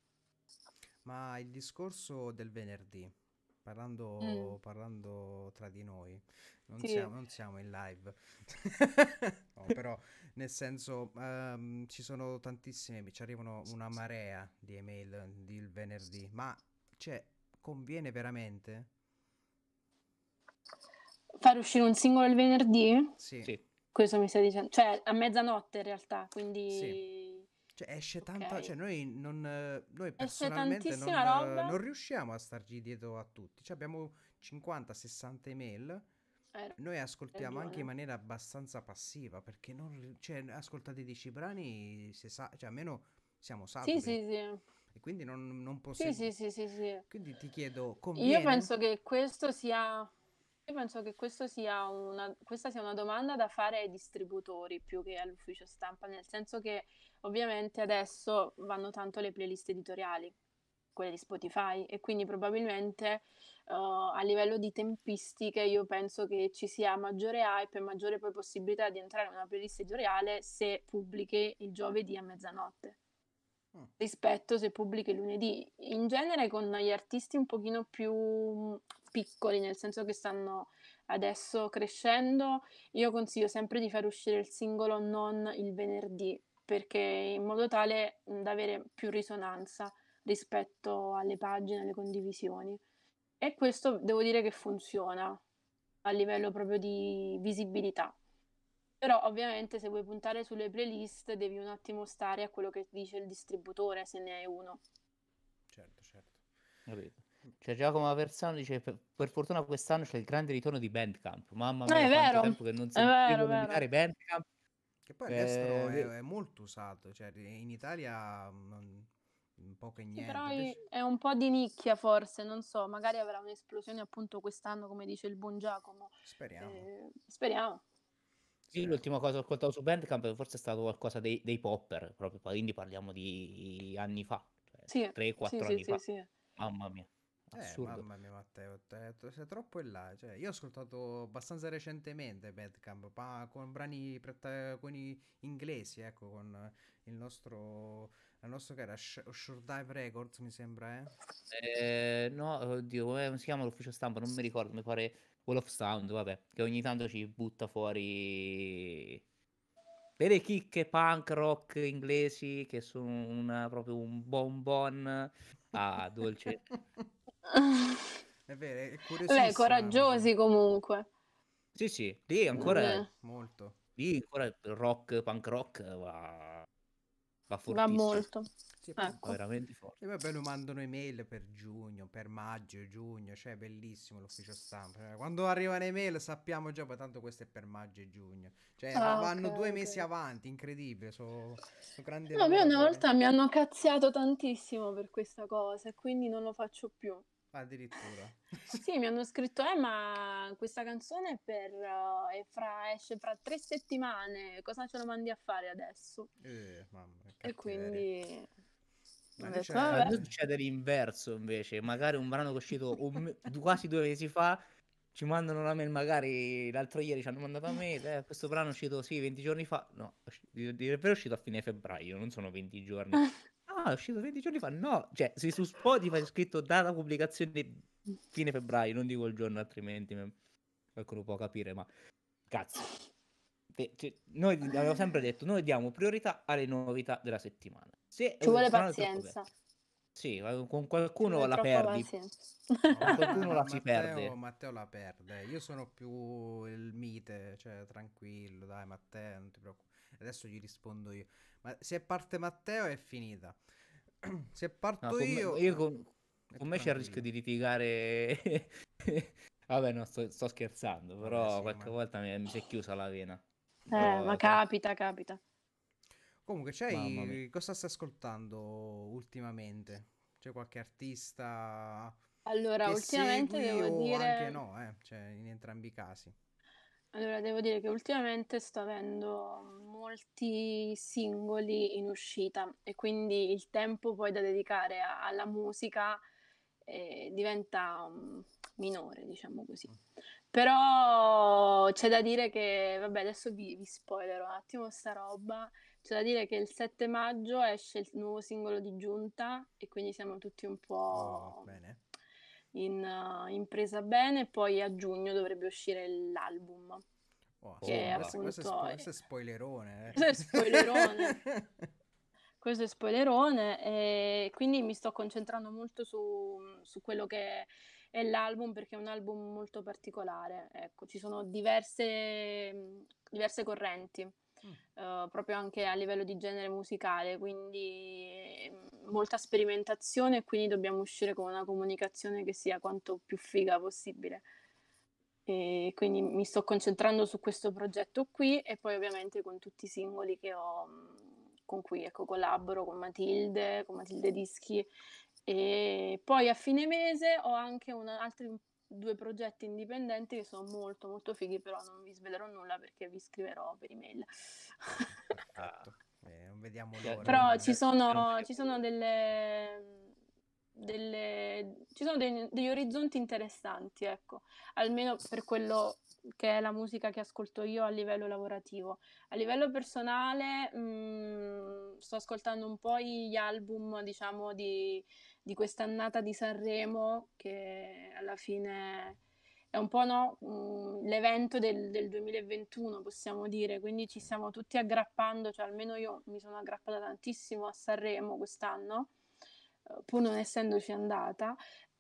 ma il discorso del venerdì, Mm, parlando, parlando tra di noi, non sì. siamo, non siamo in live. No, però nel senso ehm, ci sono tantissime, ci arrivano una marea di email di il venerdì, ma cioè, conviene veramente? Fare uscire un singolo il venerdì? Sì, Sì. Questo mi stai dicendo? Cioè, a mezzanotte in realtà, sì. quindi... Cioè, esce tanta, cioè Ok. noi, non, eh, noi Esce personalmente non, tantissima eh, roba? non riusciamo a stargli dietro a tutti. Cioè, abbiamo cinquanta sessanta email. Hai Noi ascoltiamo anche in ragione. maniera abbastanza passiva perché non, ri- cioè, ascoltate dieci brani, si sa, cioè, almeno siamo Sì, saturi sì, sì. e quindi non, non Sì, posseggo. sì, sì, sì, sì. Quindi ti chiedo, Io conviene? penso che questo sia, io penso che questo sia una, questa sia una domanda da fare ai distributori più che all'ufficio stampa, nel senso che ovviamente adesso vanno tanto le playlist editoriali, quelle di Spotify, e quindi probabilmente eh, a livello di tempistiche io penso che ci sia maggiore hype e maggiore poi possibilità di entrare in una playlist editoriale se pubblichi il giovedì a mezzanotte Mm, rispetto se pubblichi il lunedì. In genere con gli artisti un pochino più piccoli, nel senso che stanno adesso crescendo, io consiglio sempre di far uscire il singolo non il venerdì, perché in modo tale da avere più risonanza rispetto alle pagine, alle condivisioni. E questo devo dire che funziona a livello proprio di visibilità. Però ovviamente se vuoi puntare sulle playlist devi un attimo stare a quello che dice il distributore, se ne hai uno. certo, certo. Capito? Cioè, Giacomo Aversano dice: per, per fortuna quest'anno c'è il grande ritorno di Bandcamp. Mamma Eh, mia, è quanto vero, tempo che non è vero, sentivo è vero. nominare Bandcamp. Che poi all'estero Eh, è, ve- è molto usato, cioè in Italia non, poco e Sì, però niente. i- Invece, è un po' di nicchia forse, non so, magari avrà un'esplosione appunto quest'anno, come dice il buon Giacomo. speriamo. Eh, speriamo. Sì, Cioè, l'ultima cosa che ho ascoltato su Bandcamp forse è stato qualcosa dei, dei Popper, proprio, quindi parliamo di anni fa, cioè Sì, sì, tre quattro sì, anni sì, fa. sì. Mamma mia, Eh, assurdo. mamma mia, Matteo, te- te- sei troppo in là. Cioè, io ho ascoltato abbastanza recentemente Bandcamp, ma con brani pretta- con i inglesi, ecco, con il nostro, il nostro che era Sh- Short Dive Records, mi sembra, eh? Eh, no, oddio, come si chiama l'ufficio stampa? Non mi ricordo, mi pare Wall of Sound, vabbè, che ogni tanto ci butta fuori delle chicche punk rock inglesi che sono una- proprio un bonbon a dolce. È vero, è Beh, curiosissima la musica. coraggiosi comunque. Sì, sì, lì ancora, Eh, Molto. lì ancora il rock, punk rock va, va Va fortissimo, molto. Sì, e poi, va Ecco. veramente forte. e poi poi lo mandano email per giugno, per maggio, giugno, cioè è bellissimo l'ufficio stampa. Cioè, quando arrivano email sappiamo già, poi tanto questo è per maggio e giugno. Cioè va- Ah, ok, vanno due ok. mesi avanti, incredibile, sono grandi No, a me una lavoratori. volta mi hanno cazziato tantissimo per questa cosa e quindi non lo faccio più. Addirittura. Sì, mi hanno scritto, eh, ma questa canzone è per, eh, è fra- esce fra tre settimane, cosa ce lo mandi a fare adesso? Eh, mamma, che E cattiveria. quindi Ma ho lì detto, A noi vabbè. c'è... succede l'inverso invece, magari un brano che è uscito un me- du- quasi due mesi fa, ci mandano una mail, magari l'altro ieri ci hanno mandato una mail, eh, questo brano è uscito sì venti giorni fa, no, è usci- di di davvero è uscito a fine febbraio, non sono venti giorni. Ah, è uscito venti giorni fa, no, cioè se su Spotify c'è scritto data pubblicazione fine febbraio, non dico il giorno altrimenti me- qualcuno può capire, ma cazzo. Te- cioè, noi abbiamo sempre detto, noi diamo priorità alle novità della settimana. Se Ci eh, il vuole brano è troppo bello, pazienza, sì, eh, con ci qualcuno vuole la troppa perdi, pazienza. No, con ma, ma- qualcuno ma la si Matteo, perde. Matteo la perde. Io sono più il mite, cioè tranquillo, dai Matteo, non ti preoccupare. Adesso gli rispondo io. Ma se parte Matteo è finita. Se No, parto con me, io, io eh, con, è con più me c'è il rischio tranquillo. di litigare. Vabbè, no, sto, sto scherzando, Vabbè, però sì, qualche ma... volta mi, mi si è chiusa la vena. Eh, ma Però, te- capita, capita. mamma Comunque, mia. c'hai... cosa stai ascoltando ultimamente? C'è qualche artista Allora, che ultimamente segui devo o anche dire, no, eh? Cioè, in entrambi i casi. allora, devo dire che ultimamente sto avendo molti singoli in uscita e quindi il tempo poi da dedicare a- alla musica eh, diventa mm, minore, diciamo così. Mm. Però c'è da dire che, vabbè, adesso vi, vi spoilerò un attimo sta roba. C'è da dire che il sette maggio esce il nuovo singolo di Giunta e quindi siamo tutti un Oh, po' bene. in, uh, in presa bene. Poi a giugno dovrebbe uscire l'album, Oh, che aspetta, Bomba. questo, questo è, appunto spo- è... questo è spoilerone, Questo è spoilerone. eh. Questo è spoilerone e quindi mi sto concentrando molto su, su quello che è l'album perché è un album molto particolare. Ecco, ci sono diverse, diverse correnti, Mm. eh, proprio anche a livello di genere musicale, quindi eh, molta sperimentazione e quindi dobbiamo uscire con una comunicazione che sia quanto più figa possibile. E quindi mi sto concentrando su questo progetto qui e poi ovviamente con tutti i singoli che ho, mh, con cui ecco, collaboro con Matilde, con Matilde Dischi. E poi a fine mese ho anche una, altri due progetti indipendenti che sono molto molto fighi, però non vi svelerò nulla perché vi scriverò per email. Ah, Perfetto. Eh, non vediamo sia- l'ora Però di... ci sia- sia non sono, vedo ci sono l'ora. delle, delle, ci sono dei- degli orizzonti interessanti, ecco, almeno per quello che è la musica che ascolto io a livello lavorativo. A livello personale, mh, sto ascoltando un po' gli album, diciamo, di, di quest'annata di Sanremo, che alla fine è un po' no, mh, l'evento del, del duemilaventuno, possiamo dire, quindi ci Sì. stiamo tutti aggrappando, cioè almeno io mi sono aggrappata tantissimo a Sanremo quest'anno, eh, pur non essendoci andata.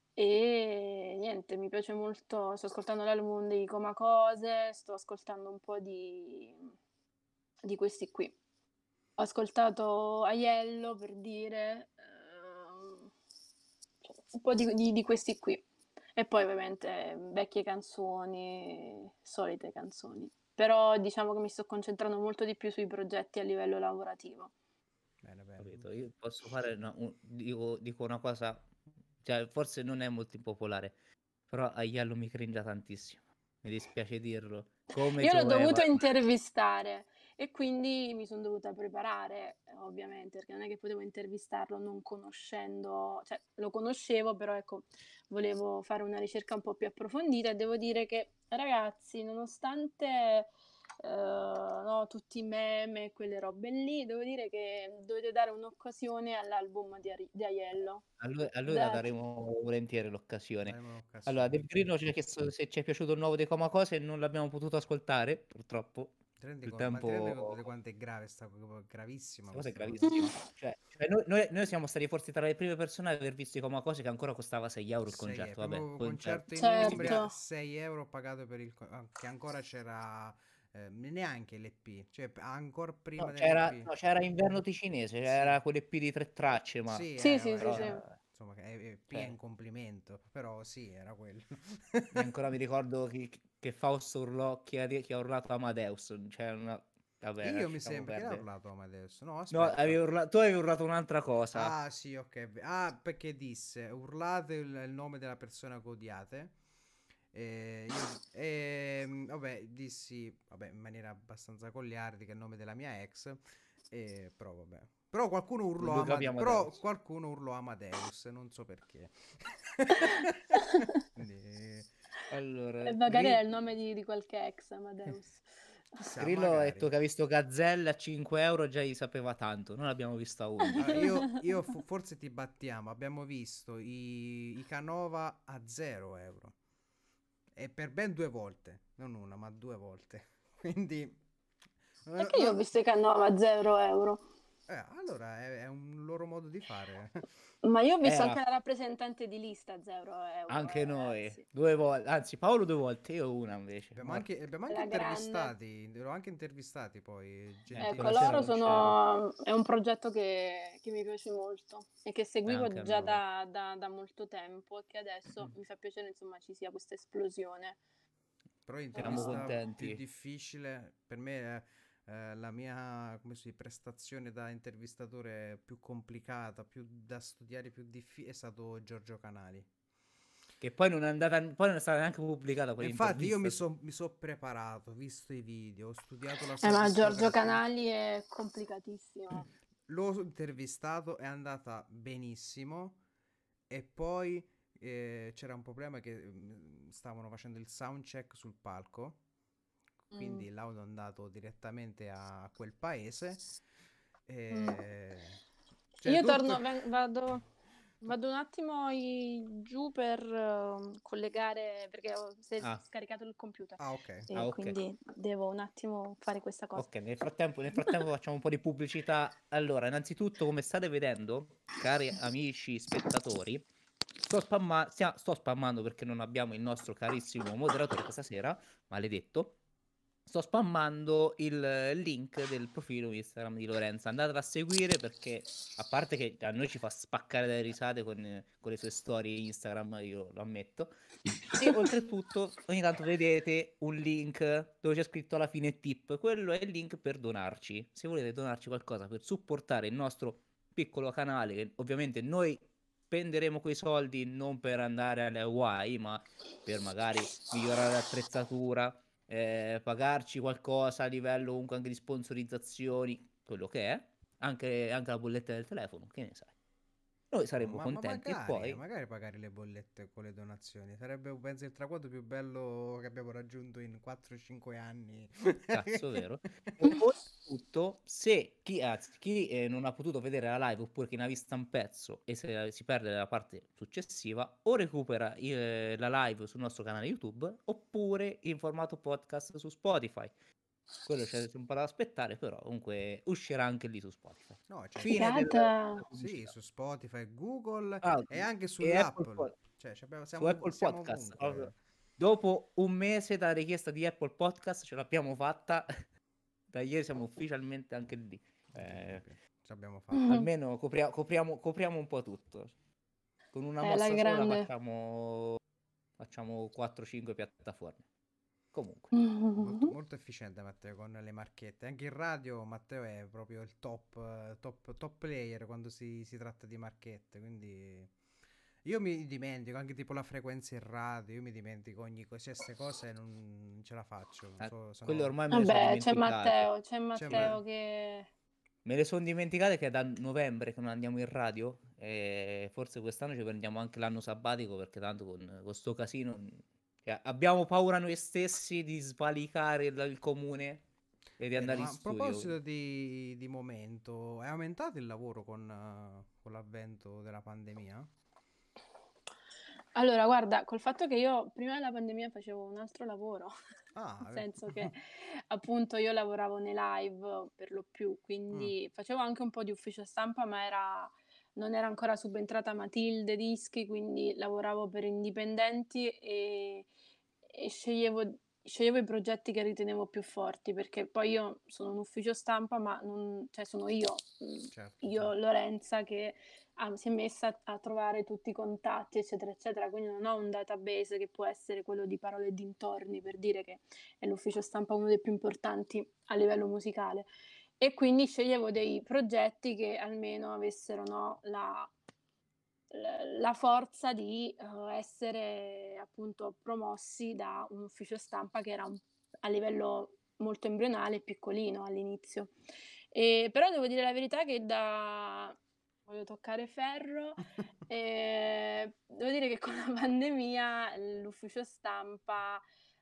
E niente, mi piace molto, sto ascoltando l'album di Comacose, sto ascoltando un po' di, di questi qui. Ho ascoltato Aiello per dire, ehm, cioè, un po' di, di- di questi qui. E poi ovviamente vecchie canzoni, solite canzoni. Però diciamo che mi sto concentrando molto di più sui progetti a livello lavorativo. Bene, bene. Capito? Io posso fare una, un- dico, dico una cosa, cioè forse non è molto impopolare, però Aiello mi cringia tantissimo. mi dispiace dirlo. Come Io l'ho Joe dovuto Eva- intervistare e quindi mi sono dovuta preparare, eh, ovviamente, perché non è che potevo intervistarlo non conoscendo, cioè lo conoscevo, però ecco, volevo fare una ricerca un po' più approfondita e devo dire che, ragazzi, nonostante eh, no, tutti i meme e quelle robe lì, devo dire che dovete dare un'occasione all'album di, Ari- di Aiello. A lui, a lui la Date. daremo volentieri l'occasione. Daremo Allora, un'occasione. Del Grino ci ha chiesto se ci è piaciuto il nuovo dei Coma Cose e non l'abbiamo potuto ascoltare, purtroppo. Ti rendi Il conto? Ma ti rendi conto di tempo... quanto è grave sta cosa? Gravissima Questa cosa è questa cosa. gravissima. Cioè, cioè, noi, noi- noi siamo stati forse tra le prime persone ad aver visto i Coma Cose che ancora costava sei euro il sei euro. concerto. Vabbè, Primo concerto. concerto in Umbria, Certo. sei euro pagato per il... co- ah, che ancora c'era... eh, neanche l'E P, cioè ancora prima No, c'era, dell'E P. no, c'era Inverno Ticinese, c'era Sì, quell'E P di tre tracce, ma sì, Sì, eh, sì, sì, però, sì. eh, eh, insomma, è, è P è cioè, un complimento, però sì, era quello. io ancora mi ricordo che, che Fausto urlò chi ha, chi ha urlato Amadeus, cioè una... Vabbè, Io mi lasciamo sembra che l'ha perdere. urlato Amadeus. No, No, avevi aspetta. urla- tu avevi urlato un'altra cosa. Ah, sì, ok. Ah, perché disse urlate il, il nome della persona che odiate. E io, e, vabbè, dissi, vabbè, in maniera abbastanza goliardica il nome della mia ex. E, però, vabbè. Però qualcuno urlò Lui capì Amadeus. Però Amadeus. qualcuno urlò Amadeus, non so perché. Quindi, Allora, E magari è Gri- il nome di, di qualche ex, Amadeus. chissà, Grillo ha detto magari. che ha visto Gazzelle a cinque euro, già gli sapeva tanto. Noi l'abbiamo visto a Allora, undici. io, io fo- forse ti battiamo. Abbiamo visto i, i Canova a zero euro. E per ben due volte. Non una, ma due volte. Quindi... eh, Perché io ho no- visto i Canova a zero euro? eh, allora è, è un loro modo di fare. Ma io ho visto Era anche la rappresentante di lista a zero euro, anche eh, noi, ragazzi. due volte, anzi Paolo due volte, io una invece. Abbiamo Morto. anche, abbiamo anche La grande. intervistati, li ho anche intervistati poi, Eh, Ecco, quella sera gentilissimi. loro non c'ero. sono... è un progetto che, che mi piace molto e che Eh, anche seguivo a me già molto. da, da- da molto tempo e che adesso mi fa piacere, insomma, ci sia questa esplosione. Però Siamo l'intervista Uh, più contenti. difficile per me è eh, la mia, come si dice, prestazione da intervistatore più complicata, più da studiare, più difficile, è stato Giorgio Canali. Che poi non è andata, poi non è stata neanche pubblicata E infatti io mi quell'intervista. sono mi so preparato, ho visto i video, ho studiato la eh, sua ma Giorgio discografia. Canali è complicatissimo. L'ho intervistato, è andata benissimo e poi eh, c'era un problema che mm, stavano facendo il soundcheck sul palco, Mm. quindi l'audio è andato direttamente a quel paese. Mm. E... Cioè Io tutto... torno, ven- vado, tut- vado un attimo i- giù per eh, collegare, perché ho si è Ah, scaricato il computer Ah, ok. ah, e ok. quindi devo un attimo fare questa cosa. Ok, nel frattempo, nel frattempo facciamo un po' di pubblicità. Allora, innanzitutto, come state vedendo, cari amici spettatori, sto, spamma- stia- sto spammando perché non abbiamo il nostro carissimo moderatore questa sera, maledetto. Sto spammando il link del profilo Instagram di Lorenza. Andatela a seguire perché, a parte che a noi ci fa spaccare dalle risate con, con le sue storie Instagram, io lo ammetto. E oltretutto, ogni tanto vedete un link dove c'è scritto alla fine tip. Quello è il link per donarci. Se volete donarci qualcosa per supportare il nostro piccolo canale, che ovviamente noi spenderemo quei soldi non per andare alle Hawaii, ma per magari migliorare l'attrezzatura, eh, pagarci qualcosa a livello comunque anche di sponsorizzazioni, quello che è, anche, anche la bolletta del telefono, che ne sai. Noi Oh, saremmo ma, ma contenti e magari, eh, poi magari pagare le bollette con le donazioni sarebbe, penso, il traguardo più bello che abbiamo raggiunto in quattro cinque anni. cazzo, vero? E oltretutto, se chi, anzi, chi eh, non ha potuto vedere la live oppure chi ne ha vista un pezzo e se si perde la parte successiva, o recupera eh, la live sul nostro canale YouTube oppure in formato podcast su Spotify. Quello c'è un po' da aspettare, però comunque uscirà anche lì su Spotify. No, cioè, Fine del- Figata! della sì, pubblicità. su Spotify, Google Ah, e anche e Apple, sull'Apple. Pod- Cioè, ci abbiamo- su siamo, ov- Apple siamo Podcast. ovunque. Proprio. Dopo un mese da richiesta di Apple Podcast ce l'abbiamo fatta. Da ieri siamo ufficialmente anche lì. Eh, Incredibile. Ce l'abbiamo fatta. Mhm. almeno copria- copriamo, copriamo un po' tutto. Con una È la mossa sola grande. facciamo, facciamo quattro cinque piattaforme. Comunque. Molto, Mhm. molto efficiente Matteo con le marchette. Anche in radio Matteo è proprio il top, eh, top, top player quando si, si tratta di marchette. Quindi Io mi dimentico anche tipo la frequenza in radio, io mi dimentico ogni cosa, queste cose non ce la faccio. Ah, so- quelle sono... ormai me le sono Vabbè, c'è dimenticate. Matteo, c'è Cioè, Matteo ma... che... Me le sono dimenticate che è da novembre che non andiamo in radio e forse quest'anno ci prendiamo anche l'anno sabbatico perché tanto con questo casino cioè, abbiamo paura noi stessi di svalicare il, il comune e di Vero, andare in ma a studio. proposito di, di momento, è aumentato il lavoro con, eh, con l'avvento della pandemia? Allora, guarda, col fatto che io prima della pandemia facevo un altro lavoro, Ah, nel eh. senso che appunto io lavoravo nei live per lo più, Mm, quindi facevo anche un po' di ufficio stampa, ma era, non era ancora subentrata Matilde Dischi, quindi lavoravo per indipendenti e, e sceglievo, sceglievo i progetti che ritenevo più forti, perché poi io sono un ufficio stampa, ma non, cioè sono io, mm, certo, io certo. Lorenza che ah, si è messa a trovare tutti i contatti, eccetera, eccetera, quindi non ho un database che può essere quello di Parole e dintorni, per dire che è l'ufficio stampa uno dei più importanti a livello musicale. E quindi sceglievo dei progetti che almeno avessero, no, la, la forza di uh, essere appunto promossi da un ufficio stampa che era un, a livello molto embrionale, piccolino all'inizio. E, però devo dire la verità che da... voglio toccare ferro, e devo dire che con la pandemia l'ufficio stampa,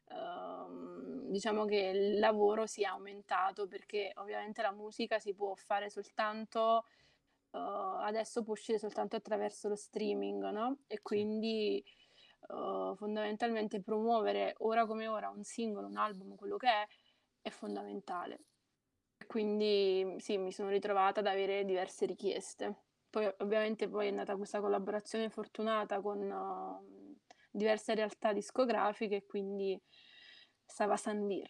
ehm, diciamo che il lavoro si è aumentato perché ovviamente la musica si può fare soltanto, eh, adesso può uscire soltanto attraverso lo streaming, no? E Sì. quindi eh, fondamentalmente promuovere ora come ora un singolo, un album, quello che è, è fondamentale. Quindi sì, mi sono ritrovata ad avere diverse richieste. Poi ovviamente poi è nata questa collaborazione fortunata con uh, diverse realtà discografiche e quindi stava a Sandir.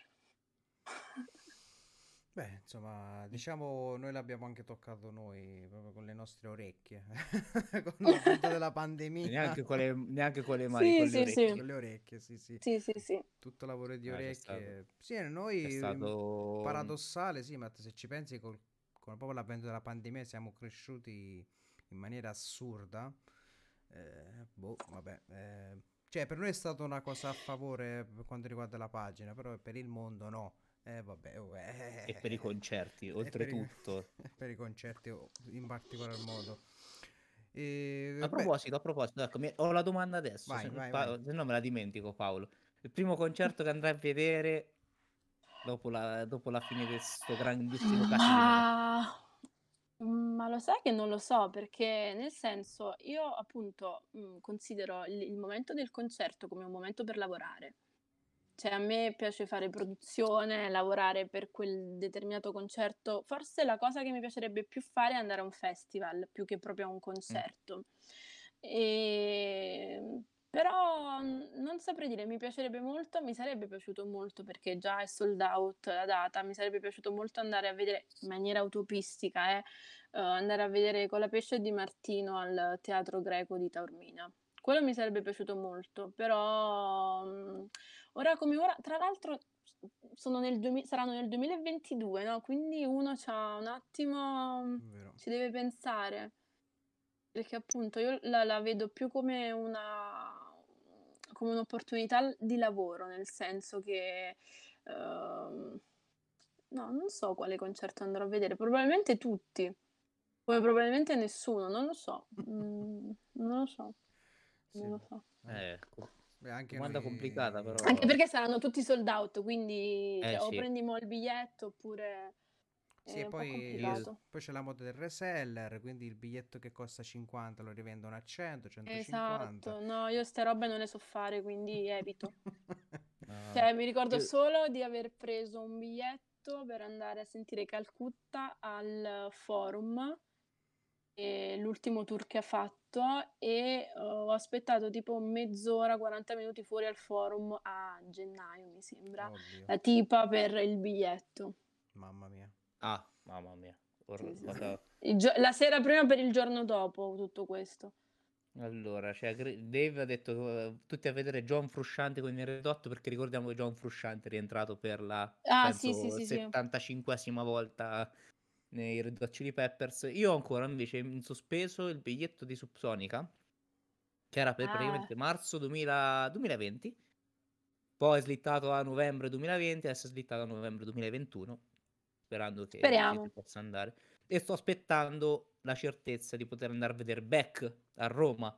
Beh, insomma, diciamo, noi l'abbiamo anche toccato noi, proprio con le nostre orecchie, con l'avvento della E pandemia, neanche con le, neanche con le mani, Sì, con le sì, orecchie. con sì, le orecchie, sì, sì, sì, sì, sì. tutto lavoro di Ah, c'è stato, orecchie. Sì, c'è noi, mm, stato paradossale, sì, ma se ci pensi, col, con proprio l'avvento della pandemia siamo cresciuti in maniera assurda. Eh, boh, vabbè, eh, cioè per noi è stata una cosa a favore per quanto riguarda la pagina, però per il mondo no. Eh, vabbè, oh, e per i eh, concerti, e per i, oltretutto. per i concerti oh, in particolar modo. E, A beh, proposito, a proposito, ecco, mi- ho la domanda adesso, vai, se, vai, vai. pa- se no me la dimentico, Paolo. Il primo concerto che andrai a vedere dopo la, dopo la fine di questo grandissimo casino. Ma... ma lo sai che non lo so, perché nel senso io appunto mh, considero il, il momento del concerto come un momento per lavorare. Cioè a me piace fare produzione, lavorare per quel determinato concerto. Forse la cosa che mi piacerebbe più fare è andare a un festival più che proprio a un Mm. concerto. E... Però mm, non saprei dire, mi piacerebbe molto, mi sarebbe piaciuto molto perché già è sold out la data, mi sarebbe piaciuto molto andare a vedere in maniera utopistica, eh, eh, andare a vedere Colapesce Di Martino al Teatro Greco di Taormina. Quello mi sarebbe piaciuto molto, però mm, ora come ora, tra l'altro sono nel duemi- saranno nel duemilaventidue, no? Quindi uno c'ha un attimo, mm, Vero. ci deve pensare, perché appunto io la, la vedo più come una, come un'opportunità di lavoro, nel senso che, ehm, no, non so quale concerto andrò a vedere, probabilmente tutti, come probabilmente nessuno, non lo so, Mm, non lo so, Sì. non lo so. An- Eh, co- beh, anche domanda complicata, noi... Anche però... perché saranno tutti sold out, quindi Eh cioè, o sì, prendi mo il biglietto oppure Sì, è e un po' io... poi, complicato. poi c'è la moda del reseller, quindi il biglietto che costa cinquanta lo rivendono a cento, centocinquanta. Esatto, no, io ste robe non le so fare, quindi evito. ah, Cioè, mi ricordo io- solo di aver preso un biglietto per andare a sentire Calcutta al Forum, e l'ultimo tour che ha fatto, e eh, ho aspettato tipo mezz'ora, quaranta minuti fuori al Forum a gennaio, mi sembra, Oddio, la tipa per il biglietto. mamma mia. Ah, mamma mia. Sì, Or- sì, sì. cosa- Il gio- la sera prima per il giorno dopo, tutto questo. Allora, cioè, Gre- Dave ha detto eh, tutti a vedere John Frusciante con il Red Hot perché ricordiamo che John Frusciante è rientrato per la, Ah, sì, sì, penso, sì, sì. settantacinquesima volta nei Red Hot Chili Peppers. Io ho ancora invece in sospeso il biglietto di Subsonica che era per Ah, praticamente marzo duemila duemilaventi, poi è slittato a novembre duemilaventi, adesso è slittato a novembre duemilaventuno, sperando che ci si speriamo. possa andare. E sto aspettando la certezza di poter andare a vedere Beck a Roma,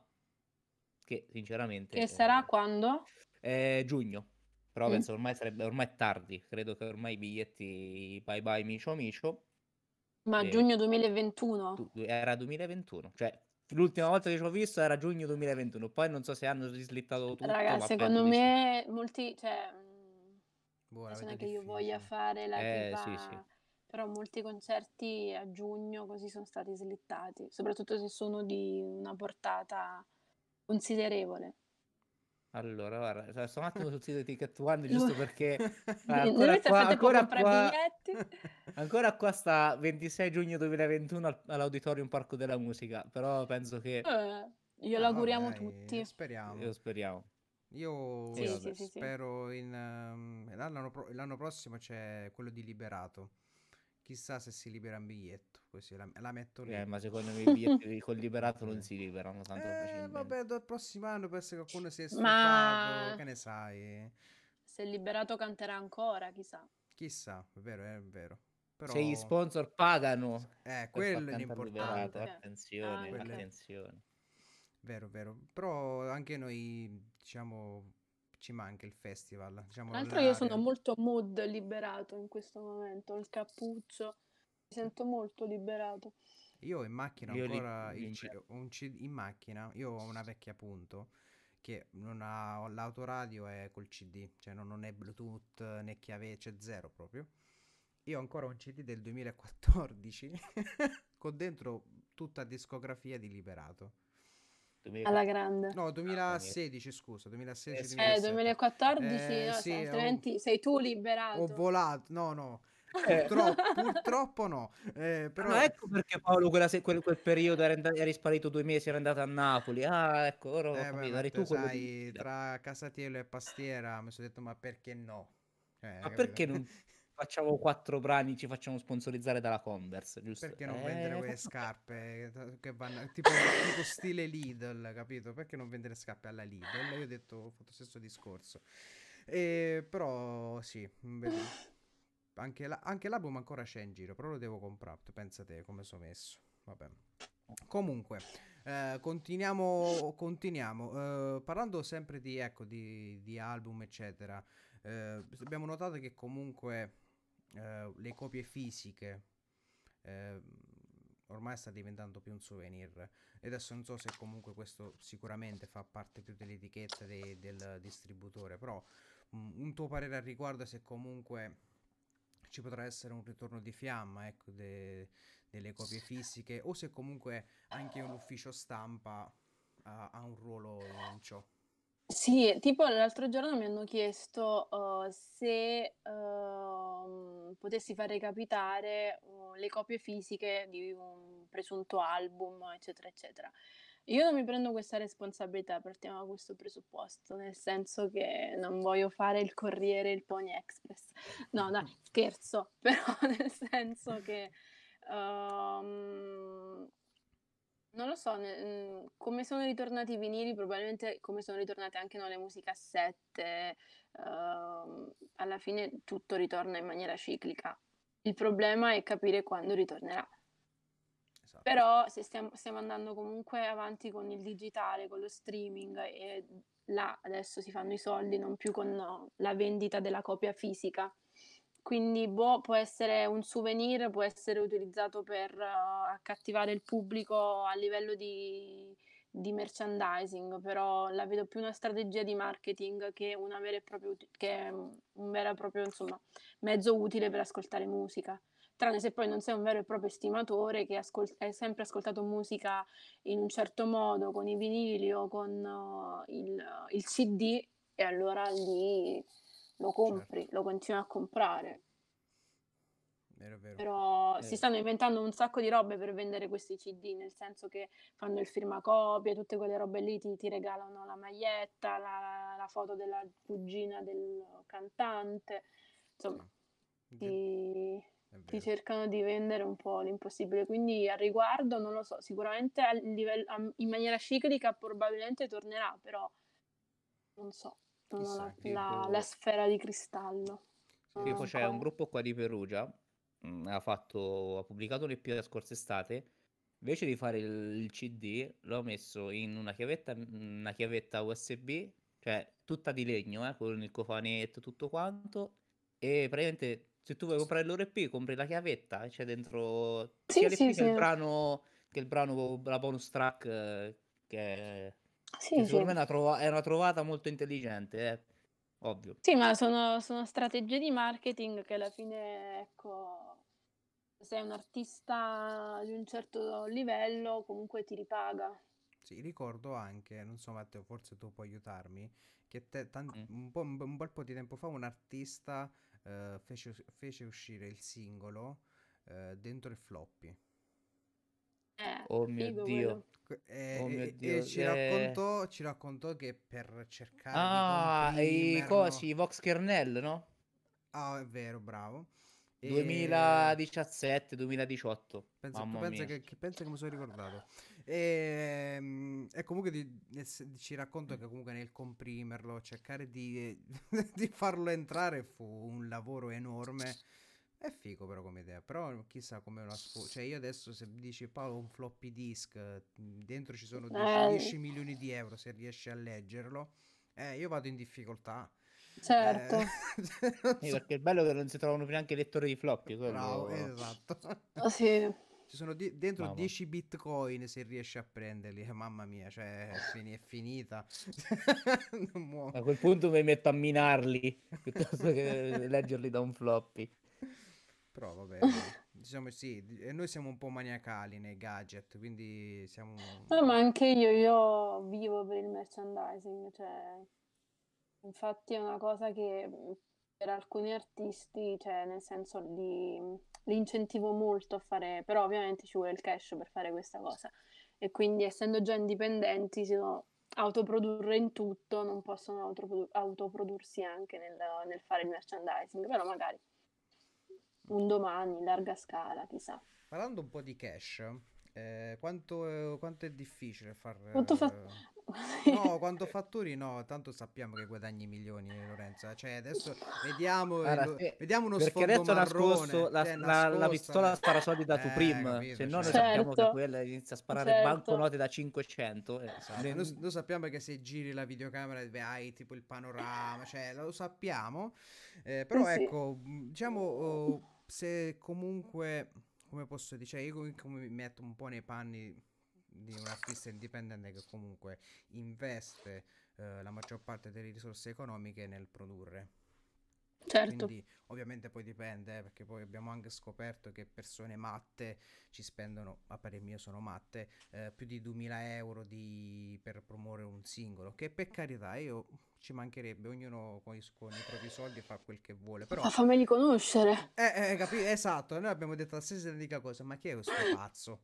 che sinceramente Che sarà eh, quando? è giugno, però Mm. penso ormai sarebbe ormai è tardi, credo che ormai i biglietti bye bye micio micio, Ma e giugno duemilaventuno? tu- era duemilaventuno, cioè l'ultima volta che ci ho visto era giugno duemilaventuno, poi non so se hanno rislittato tutto, Raga, ma penso secondo di sì. me molti, cioè, mm, Boh, adesso non è l'avete che io voglia difficile. fare la Eh sì sì. tipa, però molti concerti a giugno così sono stati slittati, soprattutto se sono di una portata considerevole. Allora, guarda, cioè, sto un attimo sul sito di Ticket One Lui, giusto perché eh, lui ancora nel qua, frattempo ancora compra i qua, biglietti. ancora qua sta ventisei giugno duemilaventuno al- all'Auditorium Parco della Musica, però penso che Eh, glielo Ah, vabbè, auguriamo dai, tutti. speriamo. io speriamo. E Io Sì, s- vabbè. sì, sì, sì. spero in... ehm, l'anno pro- l'anno prossimo c'è quello di Liberato. Chissà se si libera un biglietto, così la, la metto lì. Eh, ma secondo me i biglietti col liberato Metto non lì. si liberano tanto Eh, facilmente. vabbè, dal prossimo anno penso che qualcuno si è stufato, Ma che ne sai. se Liberato canterà ancora, chissà. Chissà, è vero, è vero. Se gli Però, sponsor pagano eh, per far quello è cantare liberato, l'importante. Anche, attenzione, Quello è... anche. attenzione. Vero, vero. Però anche noi, diciamo, ci manca il festival. Tra Diciamo, l'altro io sono l'area. molto mood liberato in questo momento, ho il cappuccio, mi sento molto liberato. Io in macchina ho Io li, ancora il li C- metto. ho un C D in macchina, io ho una vecchia punto che non ha l'autoradio è col C D, cioè non, non è Bluetooth né chiave, c'è zero proprio. Io ho ancora un C D del duemilaquattordici con dentro tutta discografia di Liberato. Alla duemilaquattordici. grande. No, Mamma mia. duemilasedici, scusa, Eh sì. Eh, duemilasedici-duemilasette. duemilaquattordici, Eh, no, se- sì, ho, altrimenti sei tu ho liberato. volato, no, no, Eh. purtroppo, purtroppo no, eh, Ah, però... ecco perché Paolo quella se- quel, quel periodo era and- eri sparito due mesi, era andato a Napoli. Ah, ecco, ora ho Eh beh, capito, ma eri te tu quello di sai, Sicilia. tra Casatiello e Pastiera mi sono detto, ma perché no? Ma Cioè, capito? perché non facciamo quattro brani, ci facciamo sponsorizzare dalla Converse, giusto? Perché non vendere Eh, quelle fatto bene. scarpe eh, che vanno tipo, tipo stile Lidl, capito? Perché non vendere scarpe alla Lidl? Io ho detto, ho fatto lo stesso discorso. E, però sì, vedremo. Anche, la- anche l'album ancora c'è in giro, però lo devo comprare. Tu pensa te come sono messo. Vabbè. Comunque, eh, continuiamo, continuiamo. Eh, parlando sempre di, ecco, di, di album, eccetera. eh, abbiamo notato che comunque eh, le copie fisiche eh, ormai sta diventando più un souvenir. E adesso non so se comunque questo sicuramente fa parte più dell'etichetta de- del distributore, però mm, un tuo parere al riguardo, se comunque ci potrà essere un ritorno di fiamma, ecco, de- delle copie fisiche, o se comunque anche un ufficio stampa ha, ha un ruolo in ciò. Sì, tipo l'altro giorno mi hanno chiesto uh, se ehm, potessi far recapitare uh, le copie fisiche di un presunto album, eccetera, eccetera. Io non mi prendo questa responsabilità, partiamo da questo presupposto, nel senso che non voglio fare il Corriere, il Pony Express. No, dai, scherzo, però nel senso che ehm, non lo so, ne- mm, come sono ritornati i vinili, probabilmente come sono ritornate anche no, le musicassette, ehm, alla fine tutto ritorna in maniera ciclica. Il problema è capire quando ritornerà. Esatto. Però se stiamo, stiamo andando comunque avanti con il digitale, con lo streaming e là adesso si fanno i soldi non più con no, la vendita della copia fisica. Quindi boh, può essere un souvenir, può essere utilizzato per uh, accattivare il pubblico a livello di, di merchandising, però la vedo più una strategia di marketing che una vera e propria uti- che un vero e proprio insomma, mezzo utile per ascoltare musica. Tranne se poi non sei un vero e proprio estimatore che ascol- hai sempre ascoltato musica in un certo modo con i vinili o con uh, il, il C D e allora lì lo Certo, compri, lo continui a comprare. vero, vero. Però si Eh, stanno inventando un sacco di robe per vendere questi C D, nel senso che fanno il firmacopie, tutte quelle robe lì, ti, ti regalano la maglietta, la, la foto della cugina del cantante, Sì. insomma, Gen- ti, è ti vero. cercano di vendere un po' l'impossibile. Quindi al riguardo non lo so, sicuramente a livel a in maniera ciclica probabilmente tornerà, però non so, non ho Chissà, la chissà. la la Tipo, sfera di cristallo. Non Sì, tipo ho sì. c'è un ancora. gruppo qua di Perugia, mm, ha fatto, ha pubblicato un E P la scorsa estate, invece di fare il, il C D, l'ho messo in una chiavetta, una chiavetta U S B, cioè tutta di legno, eh, con il cofanetto, tutto quanto, e praticamente se tu vuoi comprare l'O R P, compri la chiavetta, e c'è dentro sia Sì, l'E P sì, che il sì. brano, che il brano, la bonus track, eh, che, che Sì, secondo sì. me è una, trova- è una trovata molto intelligente, eh, ovvio. Sì, ma sono sono strategie di marketing che alla fine, ecco, se sei un artista di un certo livello comunque ti ripaga. Sì, ricordo anche, non so Matteo, forse tu puoi aiutarmi, che te- tan- Mm. un po', un, un bel po' di tempo fa un artista eh, fece, fece uscire il singolo eh, dentro il floppy. Eh, Oh mio figo Dio. quello. Que- Oh mio E, e- e Dio, ci eh... raccontò, ci raccontò che per cercare di Ah, e i comprimerlo. cosi, i Vox Kernel, no? Ah, è vero, bravo. E duemiladiciassette duemiladiciotto, pensa, tu mamma pensa mia. che, che pensa che mi sono ricordato. E, mm, e comunque di- nel se- ci racconto che comunque nel comprimerlo, cercare di, di farlo entrare fu un lavoro enorme. È figo però come idea, però chissà come la sfo- Cioè io adesso se dici Paolo un floppy disk, eh, dentro ci sono dieci, Eh, dieci milioni di euro se riesci a leggerlo, eh, io vado in difficoltà. Eh, certo. non Sì, so. perché è bello che non si trovano neanche i lettori di floppy, Bravo, quello... esatto. Ah, sì. Ci sono di- dentro Mamma. dieci bitcoin se riesci a prenderli. Eh, mamma mia, cioè è, fini- è finita. Non muo- A quel punto mi metto a minarli, piuttosto che leggerli da un floppy. Però vabbè, dai. Diciamo sì, di- e noi siamo un po' maniacali nei gadget, quindi siamo... No, ma anche io, io vivo per il merchandising, cioè, infatti è una cosa che mh, per alcuni artisti, cioè, nel senso li, li incentivo molto a fare, però ovviamente ci vuole il cash per fare questa cosa. E quindi essendo già indipendenti, si devono autoprodurre in tutto, non possono autoprodu- autoprodursi anche nel, nel fare il merchandising, però magari un domani, larga scala, chissà. Parlando un po' di cash, eh, quanto, quanto è difficile far... Tutto fa... eh, No, quanto fatturi no, tanto sappiamo che guadagni milioni, Lorenza. Cioè, adesso vediamo, eh, Guarda, lo- sì, vediamo uno perché sfondo adesso ha nascosto marrone, la, cioè la- la nascosta. pistola spara soldi da Eh, Supreme, se capito, no noi cioè... sappiamo che Certo, quella inizia a sparare certo. banconote da cinquecento. eh. Esatto, noi, Ne- noi sappiamo che se giri la videocamera hai tipo il panorama, cioè lo sappiamo, eh, Sì, però sì. ecco, mh, diciamo, oh, se comunque, come posso dire, cioè io come come mi metto un po' nei panni di un artista indipendente che comunque investe eh, la maggior parte delle risorse economiche nel produrre. Certo. Quindi ovviamente poi dipende, eh, perché poi abbiamo anche scoperto che persone matte ci spendono, a parer mio sono matte, eh, più di duemila euro di- per promuovere un singolo, che per carità io ci mancherebbe, ognuno con i, con i propri soldi fa quel che vuole, però... Ma fammeli conoscere. Eh, eh, capi- esatto, noi abbiamo detto la stessa identica cosa, ma chi è questo pazzo?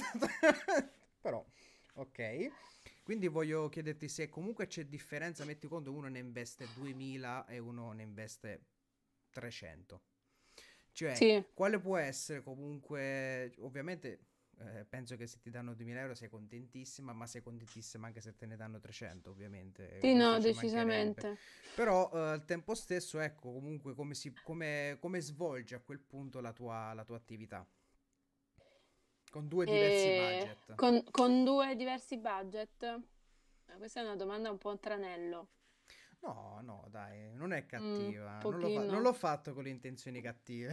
Però, ok. Quindi voglio chiederti se comunque c'è differenza, metti conto uno ne investe duemila e uno ne investe trecento. Cioè, Sì, quale può essere comunque, ovviamente eh, penso che se ti danno duemila euro sei contentissima, ma sei contentissima anche se te ne danno trecento, ovviamente, eh, sì, questo no, ci mancherebbe. decisamente. Però eh, al tempo stesso, ecco, comunque come, si, come, come svolgi a quel punto la tua, la tua attività? Con due diversi E budget. con, con due diversi budget? Eh, Questa è una domanda un po' a tranello. No, no, dai, non è Un cattiva. Non l'ho fa- non pochino. l'ho fatto con le intenzioni cattive.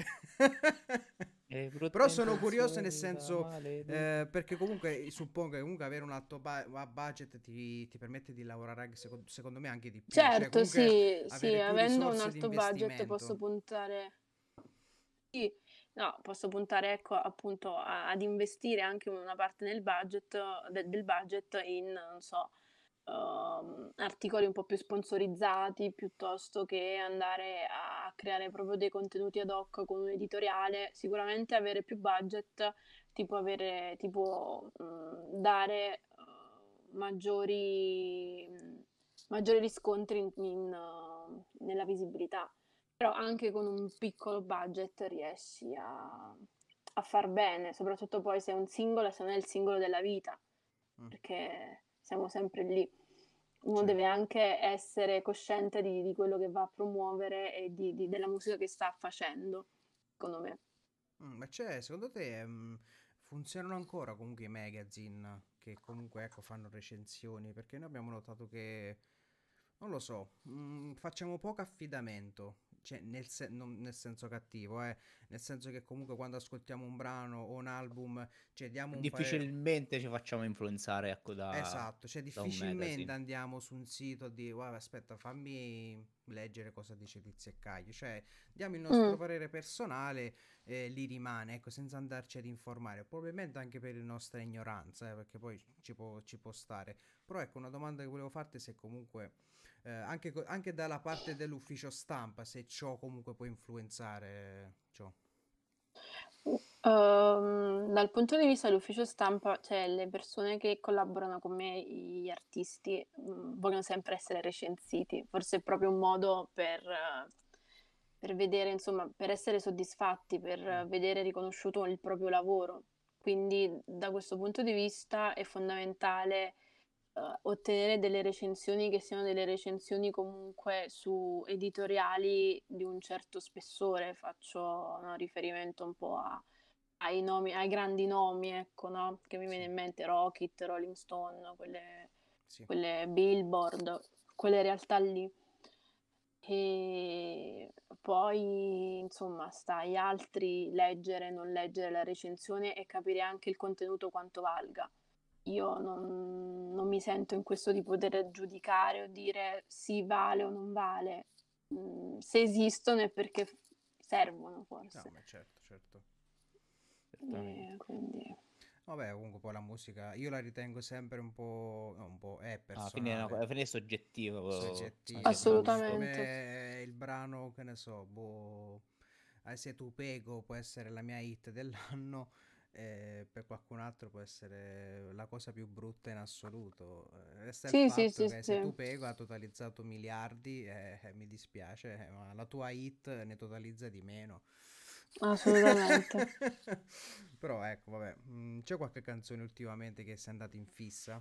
E Però brutte sono curioso nel intenzioni da senso, maleducato. eh, perché comunque suppongo che comunque avere un alto ba- a budget ti, ti permette di lavorare anche seco- secondo me anche di più, cioè Certo, comunque sì, sì, avere più avendo un risorse di alto budget posso investimento. puntare. Sì, no, posso puntare, ecco, appunto a- ad investire anche una parte nel budget, de- del budget in, non so, ehm, articoli un po' più sponsorizzati, piuttosto che andare a creare proprio dei contenuti ad hoc con un editoriale. Sicuramente avere più budget ti può avere, ti può, mm, dare, eh, maggiori, mm, maggiori riscontri in- in, eh, nella visibilità. Però anche con un piccolo budget riesci a, a far bene, soprattutto poi se è un singolo e se non è il singolo della vita, Mm, perché siamo sempre lì. Uno certo. deve anche essere cosciente di, di quello che va a promuovere e di, di- della musica che sta facendo, secondo me. Mm, ma c'è, secondo te, mm, funzionano ancora comunque i magazine che comunque ecco fanno recensioni? Perché noi abbiamo notato che, non lo so, mm, facciamo poco affidamento, cioè nel, se- non nel senso cattivo, eh, nel senso che comunque quando ascoltiamo un brano o un album, cioè diamo un parere. Difficilmente ci facciamo influenzare, ecco, da, Esatto, cioè da un difficilmente magazine. andiamo su un sito e di guarda, aspetta, fammi leggere cosa dice Tizio e Caio, cioè diamo il nostro Mm, parere personale e lì rimane, ecco, senza andarci ad informare, probabilmente anche per la nostra ignoranza, eh, perché poi ci può, ci può stare. Però ecco, una domanda che volevo farti è se comunque, eh, anche, co- anche dalla parte dell'ufficio stampa, se ciò comunque può influenzare ciò. Ehm, dal punto di vista dell'ufficio stampa, cioè le persone che collaborano con me, gli artisti, mm, vogliono sempre essere recensiti. Forse è proprio un modo per, eh, per vedere, insomma, per essere soddisfatti, per Mm, eh, vedere riconosciuto il proprio lavoro. Quindi da questo punto di vista è fondamentale eh, ottenere delle recensioni che siano delle recensioni comunque su editoriali di un certo spessore. Faccio, no, riferimento un po' a- ai nomi, ai grandi nomi, ecco, no? Che mi viene sì, in mente Rocket, Rolling Stone, quelle, sì. quelle Billboard, quelle realtà lì. E poi, insomma, sta agli altri leggere, non leggere la recensione e capire anche il contenuto quanto valga. Io non, non mi sento in questo di poter giudicare o dire sì, vale o non vale. Mm, se esistono è perché servono, No, forse. ma certo, certo. Certamente. E quindi... Vabbè, comunque poi la musica io la ritengo sempre un po', no, un po' è Alla fine, è una co- alla personale, fine è soggettivo soggettiva, anche il esatto, gusto. Assolutamente. come il brano, che ne so, boh, eh, Se tu pego può essere la mia hit dell'anno, eh, per qualcun altro può essere la cosa più brutta in assoluto. Eh, Resta il Sì, sì, fatto sì, che Se sì, tu pego ha totalizzato miliardi, eh, eh, mi dispiace, eh, ma la tua hit ne totalizza di meno. assolutamente. Però ecco, vabbè, mm, c'è qualche canzone ultimamente che sei andata in fissa?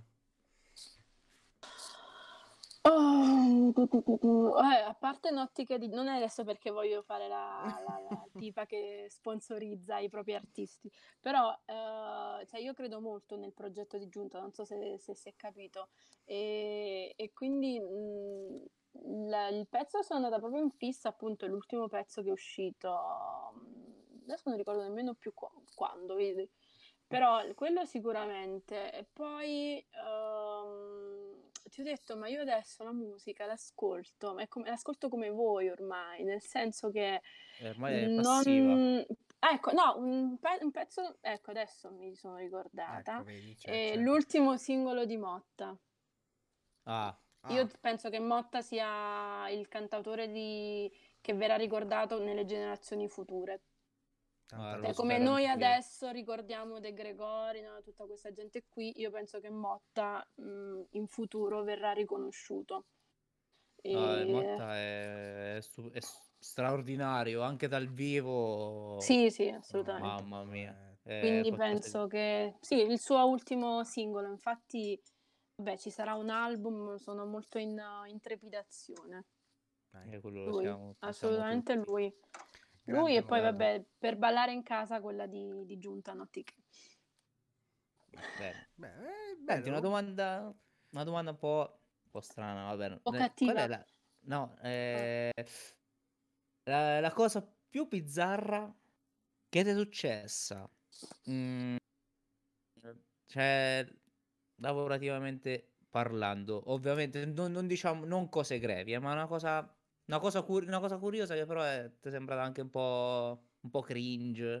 Oh, tu, tu, tu, tu. Eh, a parte in ottica di... Non è adesso perché voglio fare la, la- la tipa che sponsorizza i propri artisti, però eh, cioè io credo molto nel progetto di Giunta, non so se, se si è capito, e, e quindi mh, la- il pezzo sono andata proprio in fissa, appunto, è l'ultimo pezzo che è uscito, mh, adesso non ricordo nemmeno più qua- quando, vedi? Però quello sicuramente. E poi ehm, ti ho detto, ma io adesso la musica l'ascolto, ma è come- l'ascolto come voi ormai, nel senso che Eh, Ormai è passiva. non... Ecco, no, un, pe- un pezzo, ecco, adesso mi sono Ecco, ricordata, vedi, c'è, è c'è. l'ultimo singolo di Motta. Ah, Io Ah, penso che Motta sia il cantautore di- che verrà ricordato nelle generazioni future. ma tanta lo Cioè, come spero roba. noi anch'io. adesso ricordiamo De Gregori, no? Tutta questa gente qui, io penso che Motta, mh, in futuro verrà riconosciuto. No, eh, E... Motta è, è stu- è s- straordinario, anche dal vivo, Sì, sì, No, assolutamente. mamma Motta mia, è... è Quindi qualcosa di... penso che sì, il suo ultimo singolo, infatti, vabbè, ci sarà un album, sono molto in, in trepidazione. Dai, eh, quello lo Lui, siamo, lo siamo assolutamente tutti. lui. Lui grande e poi, Motta. Guarda, vabbè, per ballare in casa quella di, di Giunta Nottic. Beh, bene. beh, è Senti, una bello. domanda, una domanda un po', un po' strana, vabbè. Un po' Eh, Qual è cattiva. la... No, Ah. eh, la, la cosa più bizzarra che ti è successa? Mm, cioè, lavorativamente parlando, ovviamente non, non diciamo non cose grevi, eh, ma una cosa, una cosa, cur- una cosa curiosa che però è, ti è sembrata anche un po', un po' cringe.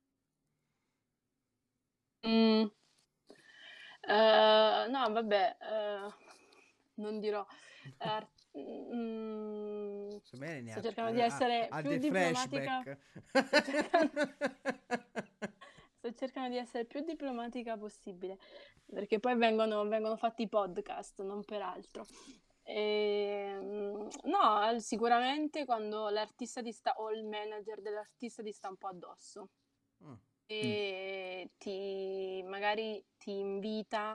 Mm. Eh, no, vabbè, eh, non dirò. Ar- mm, Sebbene ne sto ha, cercando di ha, essere ha più dei diplomatica. flashback. Sto cercando... sto cercando di essere più diplomatica possibile, perché poi vengono, vengono fatti i podcast, non per altro. Ehm, no, sicuramente quando l'artista ti sta o il manager dell'artista ti sta un po' addosso Mm. e ti magari ti invita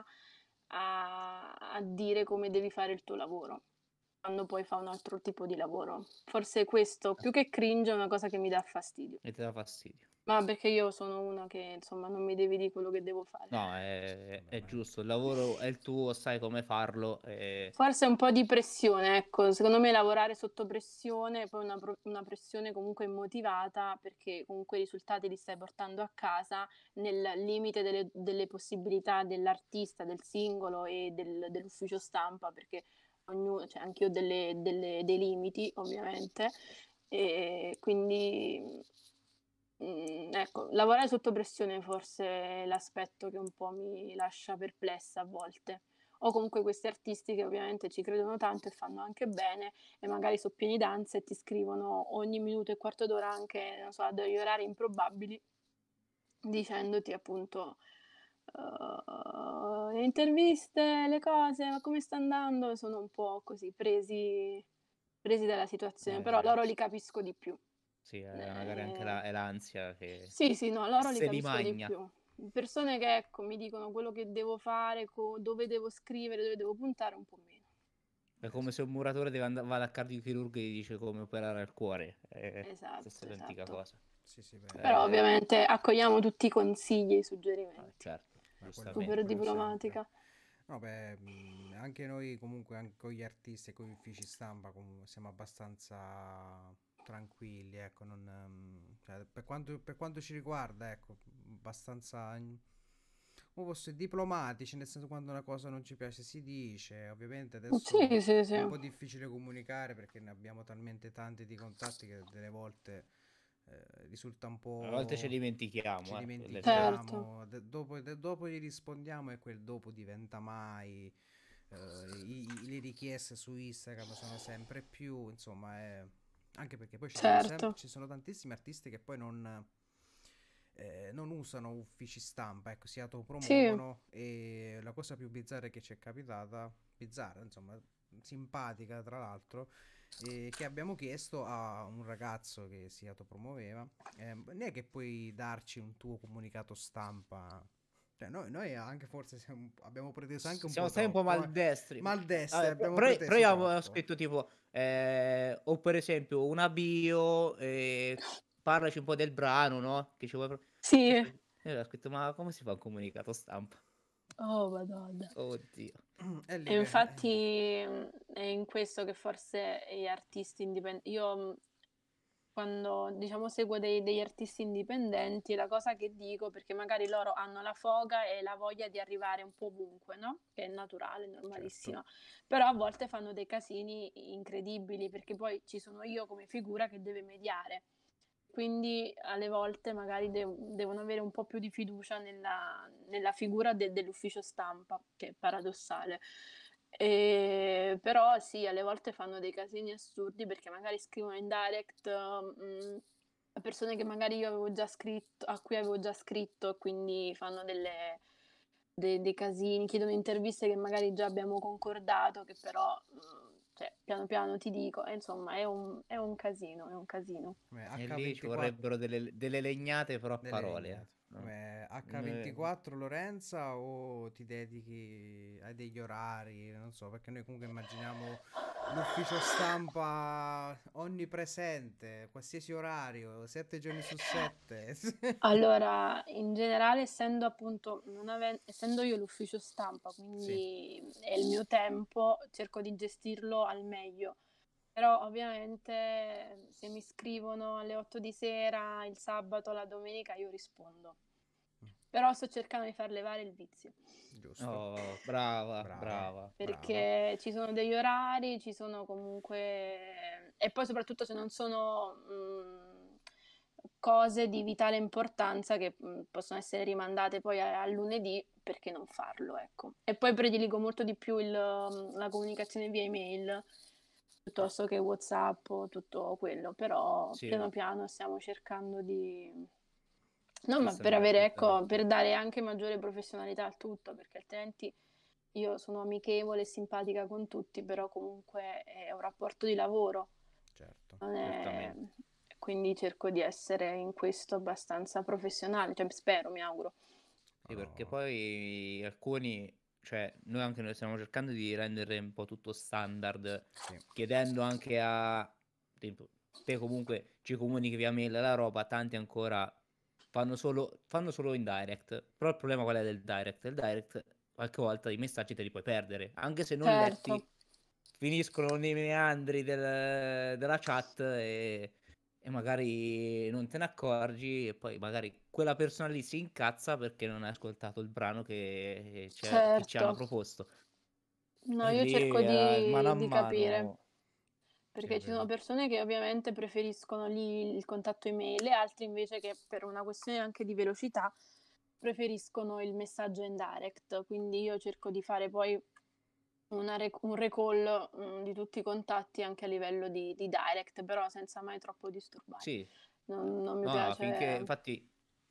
a, a dire come devi fare il tuo lavoro, quando poi fa un altro tipo di lavoro. Forse questo, più che cringe, è una cosa che mi dà fastidio. E ti dà fastidio. Ma perché io sono una che, insomma, non mi devi dire quello che devo fare. No, è, Vabbè, è ma è- giusto, il lavoro è il tuo, sai come farlo. E... Forse un po' di pressione, ecco, secondo me lavorare sotto pressione, poi una, pro- una pressione comunque immotivata, perché comunque i risultati li stai portando a casa nel limite delle, delle possibilità dell'artista, del singolo e del- dell'ufficio stampa, perché ognuno, cioè anche io ho delle- delle- dei limiti, ovviamente, e quindi mm, ecco, lavorare sotto pressione forse è l'aspetto che un po' mi lascia perplessa a volte. O comunque questi artisti che ovviamente ci credono tanto e fanno anche bene e magari sono pieni d'ansia e ti scrivono ogni minuto e quarto d'ora anche, non so, a degli orari improbabili, dicendoti appunto uh, le interviste, le cose, ma come sta andando? Sono un po' così presi, presi dalla situazione, però Eh, loro li capisco di più. sì, è magari anche Eh, la- è l'ansia che sì, sì, no, loro li se li capisco di magna. più. Persone che, ecco, mi dicono quello che devo fare, co- dove devo scrivere, dove devo puntare, un po' meno. È come se un muratore deve andare, va dal cardiochirurgo e gli dice come operare il cuore. È la stessa Esatto, identica esatto. cosa. Sì, sì, beh, Però Eh, ovviamente accogliamo tutti i consigli e i ah, suggerimenti. certo, ma quello, Super giustamente. quello sempre. diplomatica. No, beh, mh, anche noi comunque, anche con gli artisti e con gli uffici stampa, comunque siamo abbastanza tranquilli, ecco, non, ehm, cioè, per quanto, per quanto ci riguarda, ecco, abbastanza, mm, come posso dire, diplomatici, nel senso quando una cosa non ci piace si dice, ovviamente Sì, adesso sì, è sì. un po' difficile comunicare perché ne abbiamo talmente tanti di contatti che delle volte eh, risulta un A volte ci po'... ci dimentichiamo, eh, quello è certo. Certo, dimentichiamo, de- dopo, de- dopo gli rispondiamo e quel dopo diventa mai, eh, i- i- le richieste su Instagram sono sempre più, insomma, è- anche perché poi ci sono, sempre, certo. ci sono tantissimi artisti che poi non, eh, non usano uffici stampa, ecco, si Sì, autopromuovono e la cosa più bizzarra che ci è capitata, bizzarra, insomma, simpatica tra l'altro, eh, che abbiamo chiesto a un ragazzo che si autopromuoveva, eh, non è che puoi darci un tuo comunicato stampa. Cioè, noi, noi anche forse siamo- abbiamo preteso anche un Siamo po' stati un po' troppo, eh. maldestri. Maldestre, Vabbè, però, abbiamo però- però preteso io avevo troppo. scritto tipo, eh, o per esempio una bio, eh, parlaci un po' del brano, no? Che ci vuoi... pro- sì. Io avevo scritto, ma come si fa un comunicato stampa? Oh, Madonna. Oddio. È E lì che... infatti mh, è in questo che forse gli artisti indipendenti, io mh, quando diciamo seguo dei- degli artisti indipendenti, la cosa che dico, perché magari loro hanno la foga e la voglia di arrivare un po' ovunque, no? Che è naturale, Certo. normalissima, però a volte fanno dei casini incredibili, perché poi ci sono io come figura che deve mediare. Quindi alle volte magari de- devono avere un po' più di fiducia nella, nella figura de- dell'ufficio stampa, che è paradossale. E- però sì, alle volte fanno dei casini assurdi perché magari scrivono in direct mh, a persone che magari io avevo già scritto, a cui avevo già scritto, e quindi fanno delle, de- dei casini, chiedono interviste che magari già abbiamo concordato, che però mh, cioè, piano piano ti dico, e insomma è un, è un casino, è un casino. Come E lì ci acca ventiquattro vorrebbero delle, delle legnate però a delle parole. Eh. legnate. No. Come Eh, acca ventiquattro Lorenza o ti dedichi a degli orari, non so, perché noi comunque immaginiamo l'ufficio stampa onnipresente, qualsiasi orario, sette giorni su sette. Allora, in generale, essendo appunto, non aven- essendo io l'ufficio stampa, Sì, quindi è il mio tempo, cerco di gestirlo al meglio. Però ovviamente se mi scrivono alle otto di sera, il sabato, la domenica, io rispondo. Però sto cercando di far levare il vizio, giusto. oh, brava, Brava, brava. brava. perché ci sono degli orari, ci sono comunque... E poi soprattutto se non sono mh, cose di vitale importanza che mh, possono essere rimandate poi a, a lunedì, perché non farlo, ecco. E poi prediligo molto di più il, la comunicazione via email piuttosto che WhatsApp o tutto quello, però Sì, piano piano stiamo cercando di... No, ma per giustamente, avere, ecco, giustamente. per dare anche maggiore professionalità al tutto, perché altrimenti io sono amichevole e simpatica con tutti, però comunque è un rapporto di lavoro. Certo. Non è- Certamente. Quindi cerco di essere in questo abbastanza professionale, cioè spero, mi auguro. Sì, perché Oh, poi alcuni, cioè noi anche noi stiamo cercando di rendere un po' tutto standard, sì. chiedendo anche a tipo, te comunque ci comunichi via mail la roba, tanti ancora fanno solo, fanno solo in direct. Però il problema qual è del direct? Il direct qualche volta i messaggi te li puoi perdere, anche se non Certo, letti, finiscono nei meandri del- della chat e e magari non te ne accorgi e poi magari quella persona lì si incazza perché non hai ascoltato il brano che, c'è- che ci hanno certo. proposto. No, E io cerco lì, eh, mano di, a di capire, mano, Sì, è perché ci sono vero. persone che ovviamente preferiscono lì il contatto email e altri invece che per una questione anche di velocità preferiscono il messaggio in direct. Quindi io cerco di fare poi una rec- un recall mm, di tutti i contatti anche a livello di, di direct, però senza mai troppo disturbare. sì, Non, non mi no, no, finché, piace. infatti,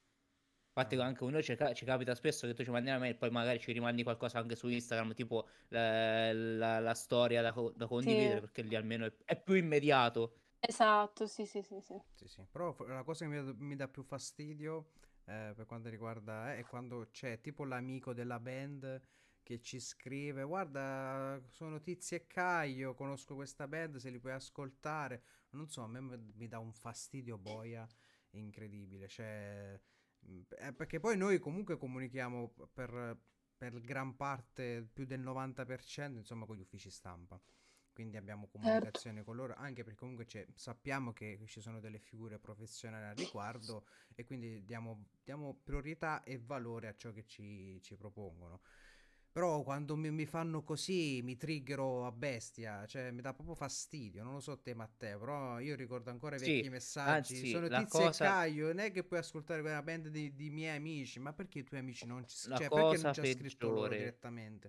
infatti No. anche a noi ci, ca- ci capita spesso che tu ci mandi una mail, poi magari ci rimandi qualcosa anche su Instagram, tipo la, la- la storia da, co- da Sì, condividere, perché lì almeno è, è più immediato. esatto, sì, sì, sì, sì. Sì, sì. Però f- la cosa che mi, mi dà più fastidio eh, per quanto riguarda eh, è quando c'è tipo l'amico della band che ci scrive: Guarda, sono Tizio e Caio, conosco questa band, se li puoi ascoltare. Non so, a me m- mi dà un fastidio boia incredibile. Cioè, mh, eh, perché poi noi comunque comunichiamo per, per gran parte, più del novanta per cento, insomma, con gli uffici stampa. Quindi abbiamo Certo, comunicazione con loro, anche perché comunque c'è- sappiamo che ci sono delle figure professionali al riguardo e quindi diamo, diamo priorità e valore a ciò che ci, ci propongono. Però quando mi, mi fanno così mi triggero a bestia, cioè mi dà proprio fastidio. Non lo so te, Matteo, però io ricordo ancora i vecchi Sì, messaggi. anzi, Sono la Tizio e cosa, Caio, non è che puoi ascoltare quella band di, di miei amici, ma perché i tuoi amici non ci... la cioè perché non cosa ci ha scritto loro peggiore. direttamente?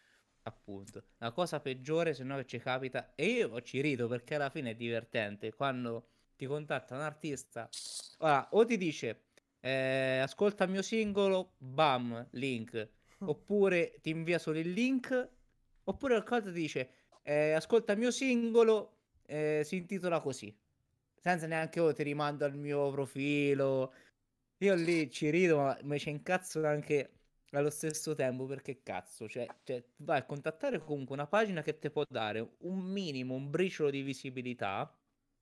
Appunto, la cosa peggiore se no che ci capita, e io ci rido perché alla fine è divertente, quando ti contatta un artista, ora, o ti dice, eh, ascolta il mio singolo, bam, link, oppure ti invia solo il link, oppure qualcosa ti dice, eh, ascolta il mio singolo, eh, si intitola così, senza neanche io ti rimando al mio profilo, io lì ci rido, ma mi ci incazzo anche allo stesso tempo perché cazzo, cioè, cioè vai a contattare comunque una pagina che ti può dare un minimo, un briciolo di visibilità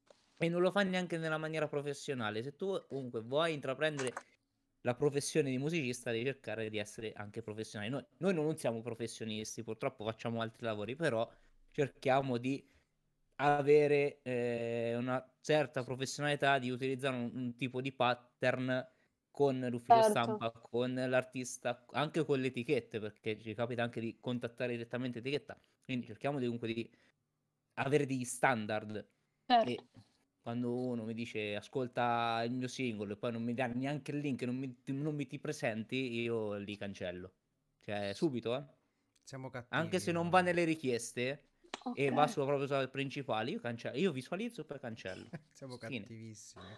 e non lo fa neanche nella maniera professionale. Se tu comunque vuoi intraprendere la professione di musicista, devi cercare di essere anche professionale. Noi, noi non siamo professionisti, purtroppo facciamo altri lavori, però cerchiamo di avere eh, una certa professionalità, di utilizzare un, un tipo di pattern con l'ufficio certo, stampa, con l'artista, anche con le etichette, perché ci capita anche di contattare direttamente l'etichetta. Quindi cerchiamo di, comunque di avere degli standard. certo. E quando uno mi dice ascolta il mio singolo e poi non mi dà neanche il link, non mi, non mi ti presenti, io li cancello. Cioè, subito, eh. Siamo Anche cattivi se non va noi. nelle richieste Ok. e va su, proprio sulle principali, io cancello, io visualizzo e poi cancello. Siamo Fine. cattivissimi.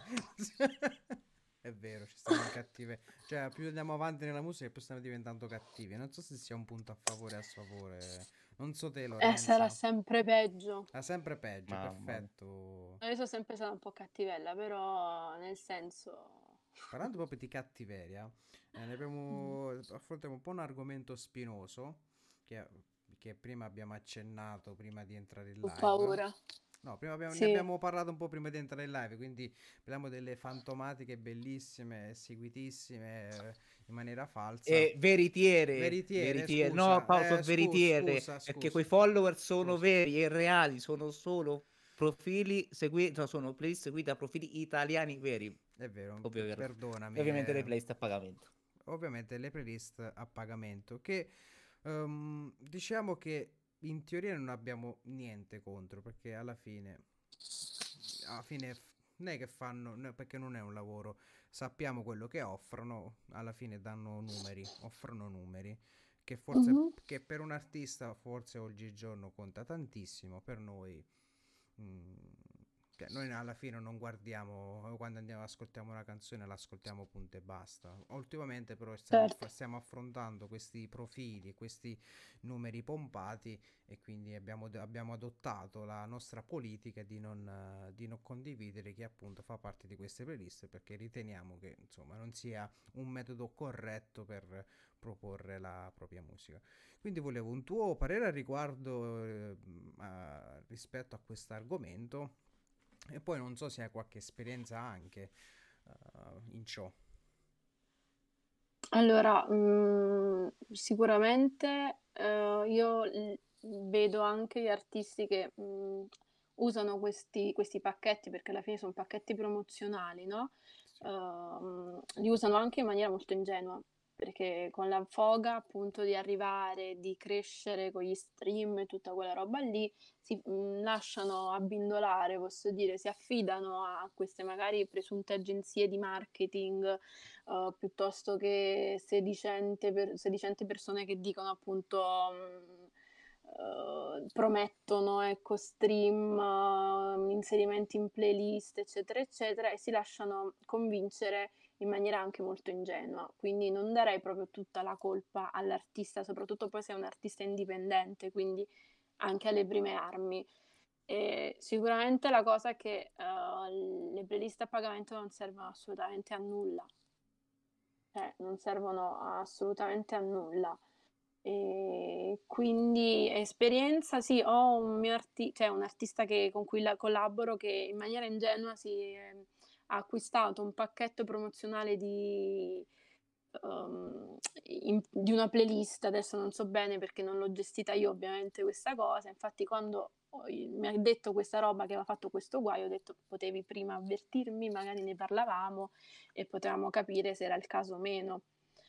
È vero, ci stiamo incattive. Cioè, più andiamo avanti nella musica, più stiamo diventando cattivi. Non so se sia un punto a favore o a sfavore. Non so te, Eh, sarà Lorenza. sempre peggio. Ah, sempre peggio, Mamma mia. perfetto. Io sono sempre stata un po' cattivella, però nel senso. Parlando proprio di cattiveria, eh, ne Mm. abbiamo, affrontiamo un po' un argomento spinoso che, che prima abbiamo accennato prima di entrare in Ho live. paura. No, prima abbiamo- ne Sì, abbiamo parlato un po' prima di entrare in live, quindi parliamo delle fantomatiche bellissime, seguitissime eh, in maniera falsa. E veritiere, Veritiere, veritiere, no scusa, Paolo, sono eh, scusa, veritiere, scusa, perché scusa, quei follower sono scusa. veri e reali, sono solo profili seguiti, no, sono playlist seguiti da profili italiani veri, È vero, ovvio, vero. perdonami. E ovviamente le eh, playlist a pagamento. ovviamente le playlist a pagamento che ehm, diciamo che in teoria non abbiamo niente contro perché alla fine alla fine f- non è che fanno no, perché non è un lavoro, sappiamo quello che offrono, alla fine danno numeri, offrono numeri che forse Mhm. che per un artista forse oggigiorno conta tantissimo, per noi mm, Cioè, noi alla fine non guardiamo, quando andiamo, ascoltiamo una canzone, l'ascoltiamo punto e basta. Ultimamente però stiamo, aff- Certo. stiamo affrontando questi profili, questi numeri pompati e quindi abbiamo, abbiamo adottato la nostra politica di non, eh, di non condividere chi appunto fa parte di queste playlist perché riteniamo che insomma non sia un metodo corretto per proporre la propria musica. Quindi volevo un tuo parere al riguardo eh, a- rispetto a questo argomento e poi non so se hai qualche esperienza anche eh, in ciò. Allora, mm, sicuramente eh, io l- vedo anche gli artisti che mm, usano questi, questi pacchetti, perché alla fine sono pacchetti promozionali, no? Sì. Ehm, li usano anche in maniera molto ingenua, perché con la foga appunto di arrivare, di crescere con gli stream e tutta quella roba lì, si mm, lasciano abbindolare, posso dire, si affidano a queste magari presunte agenzie di marketing uh, piuttosto che sedicente, per- sedicente persone che dicono appunto, mh, uh, promettono ecco, stream, uh, inserimenti in playlist, eccetera, eccetera, e si lasciano convincere in maniera anche molto ingenua. Quindi non darei proprio tutta la colpa all'artista, soprattutto poi se è un artista indipendente, quindi anche alle prime armi. E sicuramente la cosa è che uh, le playlist a pagamento non servono assolutamente a nulla, cioè non servono assolutamente a nulla. E quindi esperienza, sì, ho un mio arti- cioè un artista che- con cui la- collaboro che in maniera ingenua si è- ha acquistato un pacchetto promozionale di, um, in- di una playlist, adesso non so bene perché non l'ho gestita io ovviamente questa cosa, infatti quando ho- mi ha detto questa roba che aveva fatto questo guaio, ho detto potevi prima avvertirmi, magari ne parlavamo e potevamo capire se era il caso o meno.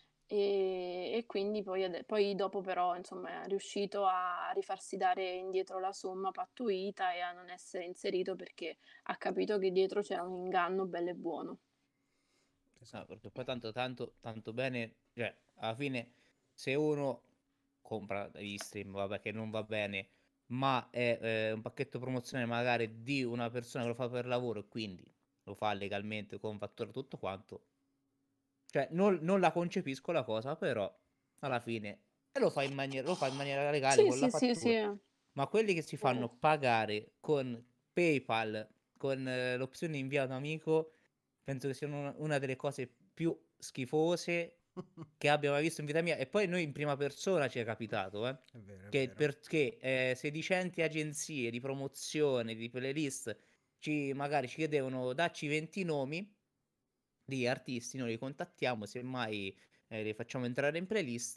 E, e quindi poi, ade- poi dopo però insomma è riuscito a rifarsi dare indietro la somma pattuita e a non essere inserito perché ha capito che dietro c'era un inganno bello e buono. No, Esatto. perché poi tanto, tanto, tanto bene, cioè, alla fine, se uno compra gli stream, vabbè, che non va bene, ma è eh, un pacchetto promozionale magari di una persona che lo fa per lavoro e quindi lo fa legalmente con fattura tutto quanto, cioè, non, non la concepisco la cosa, però, alla fine, e lo fa in maniera, lo fa in maniera legale Sì, con la sì, sì, sì. fattura, ma quelli che si fanno Eh. pagare con PayPal, con eh, l'opzione invia un amico, penso che sia una, una delle cose più schifose che abbia mai visto in vita mia. E poi noi in prima persona ci è capitato, eh, È vero, è che vero. perché eh, sedicenti agenzie di promozione, di playlist, ci, magari ci chiedevano dacci venti nomi di artisti, noi li contattiamo, semmai eh, li facciamo entrare in playlist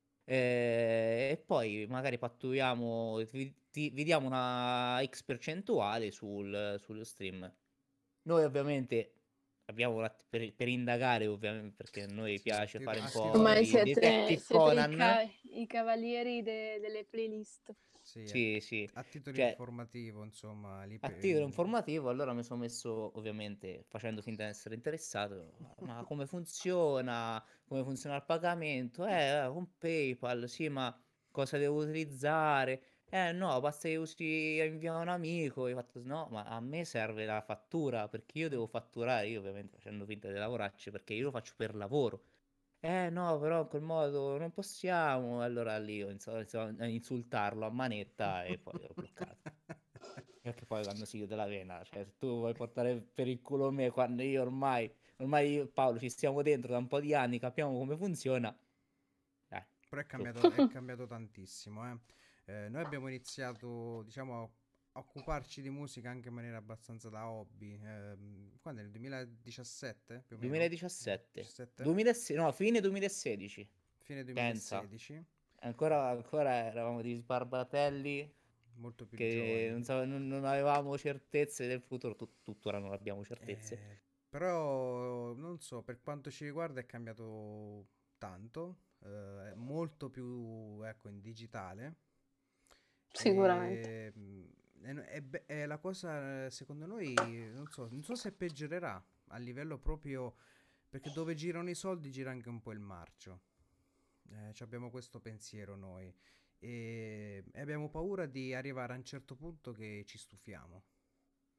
eh, e poi magari patturiamo, vi, ti- vi diamo una X percentuale sul, sullo stream. Noi ovviamente abbiamo un att- per, per indagare, ovviamente, perché a noi Sì, a, piace tit- fare un a po' titolo Ormai i siete, Detective siete i, Conan. ca- i cavalieri de- delle playlist. sì, a, Sì, sì, a titolo cioè informativo, insomma, lì a pe- titolo il- informativo, allora mi sono messo, ovviamente, facendo finta di essere interessato, ma come funziona? Come funziona il pagamento? Eh, con PayPal, sì, ma cosa devo utilizzare? Eh, no, basta che usi invia un amico. Io ho fatto, no, ma a me serve la fattura, perché io devo fatturare, io ovviamente facendo finta di lavorarci, perché io lo faccio per lavoro. Eh no, però in quel modo non possiamo. Allora lì ho iniziato a insultarlo a manetta e poi l'ho bloccato. Perché poi quando si chiude la vena, cioè se tu vuoi portare per il culo me quando io ormai, ormai io e Paolo ci stiamo dentro da un po' di anni, capiamo come funziona. Dai, Però è su. cambiato, è cambiato tantissimo, eh. Eh, noi abbiamo iniziato, diciamo, a occuparci di musica anche in maniera abbastanza da hobby. Ehm, quando? Nel duemiladiciassette, più o meno? duemiladiciassette. diciassette? duemilasedici, no, fine duemilasedici. Fine Pensa. duemilasedici? Ancora, ancora eravamo dei sbarbatelli Molto più che giovani. non, sape- non- non avevamo certezze del futuro, tut- tuttora non abbiamo certezze. Eh, però non so, per quanto ci riguarda è cambiato tanto, eh, è molto più ecco, in digitale. Sicuramente. E, mm, è, è be- è la cosa, secondo noi, non so, non so se peggiorerà a livello proprio perché dove girano i soldi gira anche un po' il marcio. Eh, ci abbiamo questo pensiero noi e, e abbiamo paura di arrivare a un certo punto che ci stufiamo.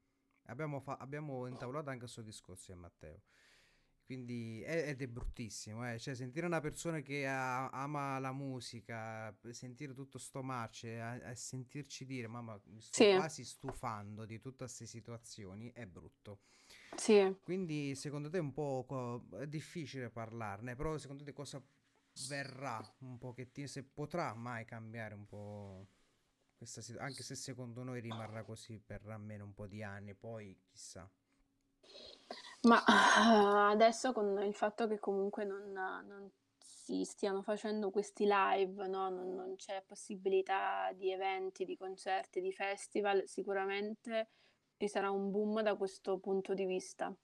Abbiamo, fa- abbiamo intavolato anche questo discorso io e Matteo. Quindi, è- ed è bruttissimo, eh. Cioè, sentire una persona che ha- ama la musica, p- sentire tutto sto marce, a, a sentirci dire, mamma, mi sto Sì, quasi stufando di tutte queste situazioni, è brutto. sì. Quindi, secondo te è un po' co- è difficile parlarne, però secondo te cosa verrà un pochettino, se potrà mai cambiare un po' questa situazione, anche se secondo noi rimarrà così per almeno un po' di anni, poi chissà. Ma ah, adesso con il fatto che comunque non, non si stiano facendo questi live, no? Non, non c'è possibilità di eventi, di concerti, di festival, sicuramente ci sarà un boom da questo punto di vista.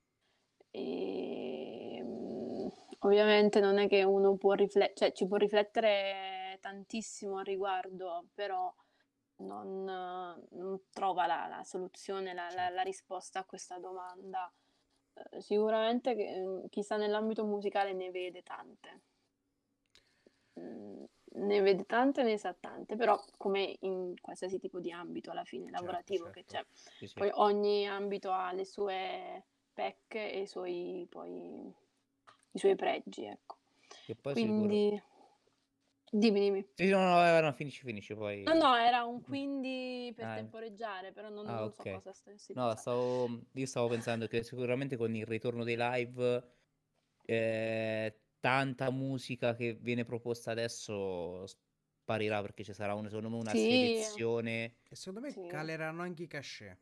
E, mm, ovviamente non è che uno può riflettere, cioè ci può riflettere tantissimo al riguardo, però non, non trova la, la soluzione, la, la- la Certo. risposta a questa domanda. Eh, sicuramente che, mm, chi sta nell'ambito musicale ne vede tante. Mm, ne vede tante, ne sa tante, però come in qualsiasi tipo di ambito alla fine Certo, lavorativo che certo. c'è. Sì, sì. Poi ogni ambito ha le sue pecche e i suoi, poi, i suoi pregi, ecco. Che poi sicuro. Quindi, dimmi, dimmi. Sì, no, no, no, no, finisci, finisci, No, poi. no, era un quindi per Ah, temporeggiare, però non, ah, non so ok. cosa stessi No, pensando. stavo, io stavo pensando che sicuramente con il ritorno dei live, eh, tanta musica che viene proposta adesso sparirà perché ci sarà un- secondo me una Sì, selezione. E secondo me sì. caleranno anche i cachet.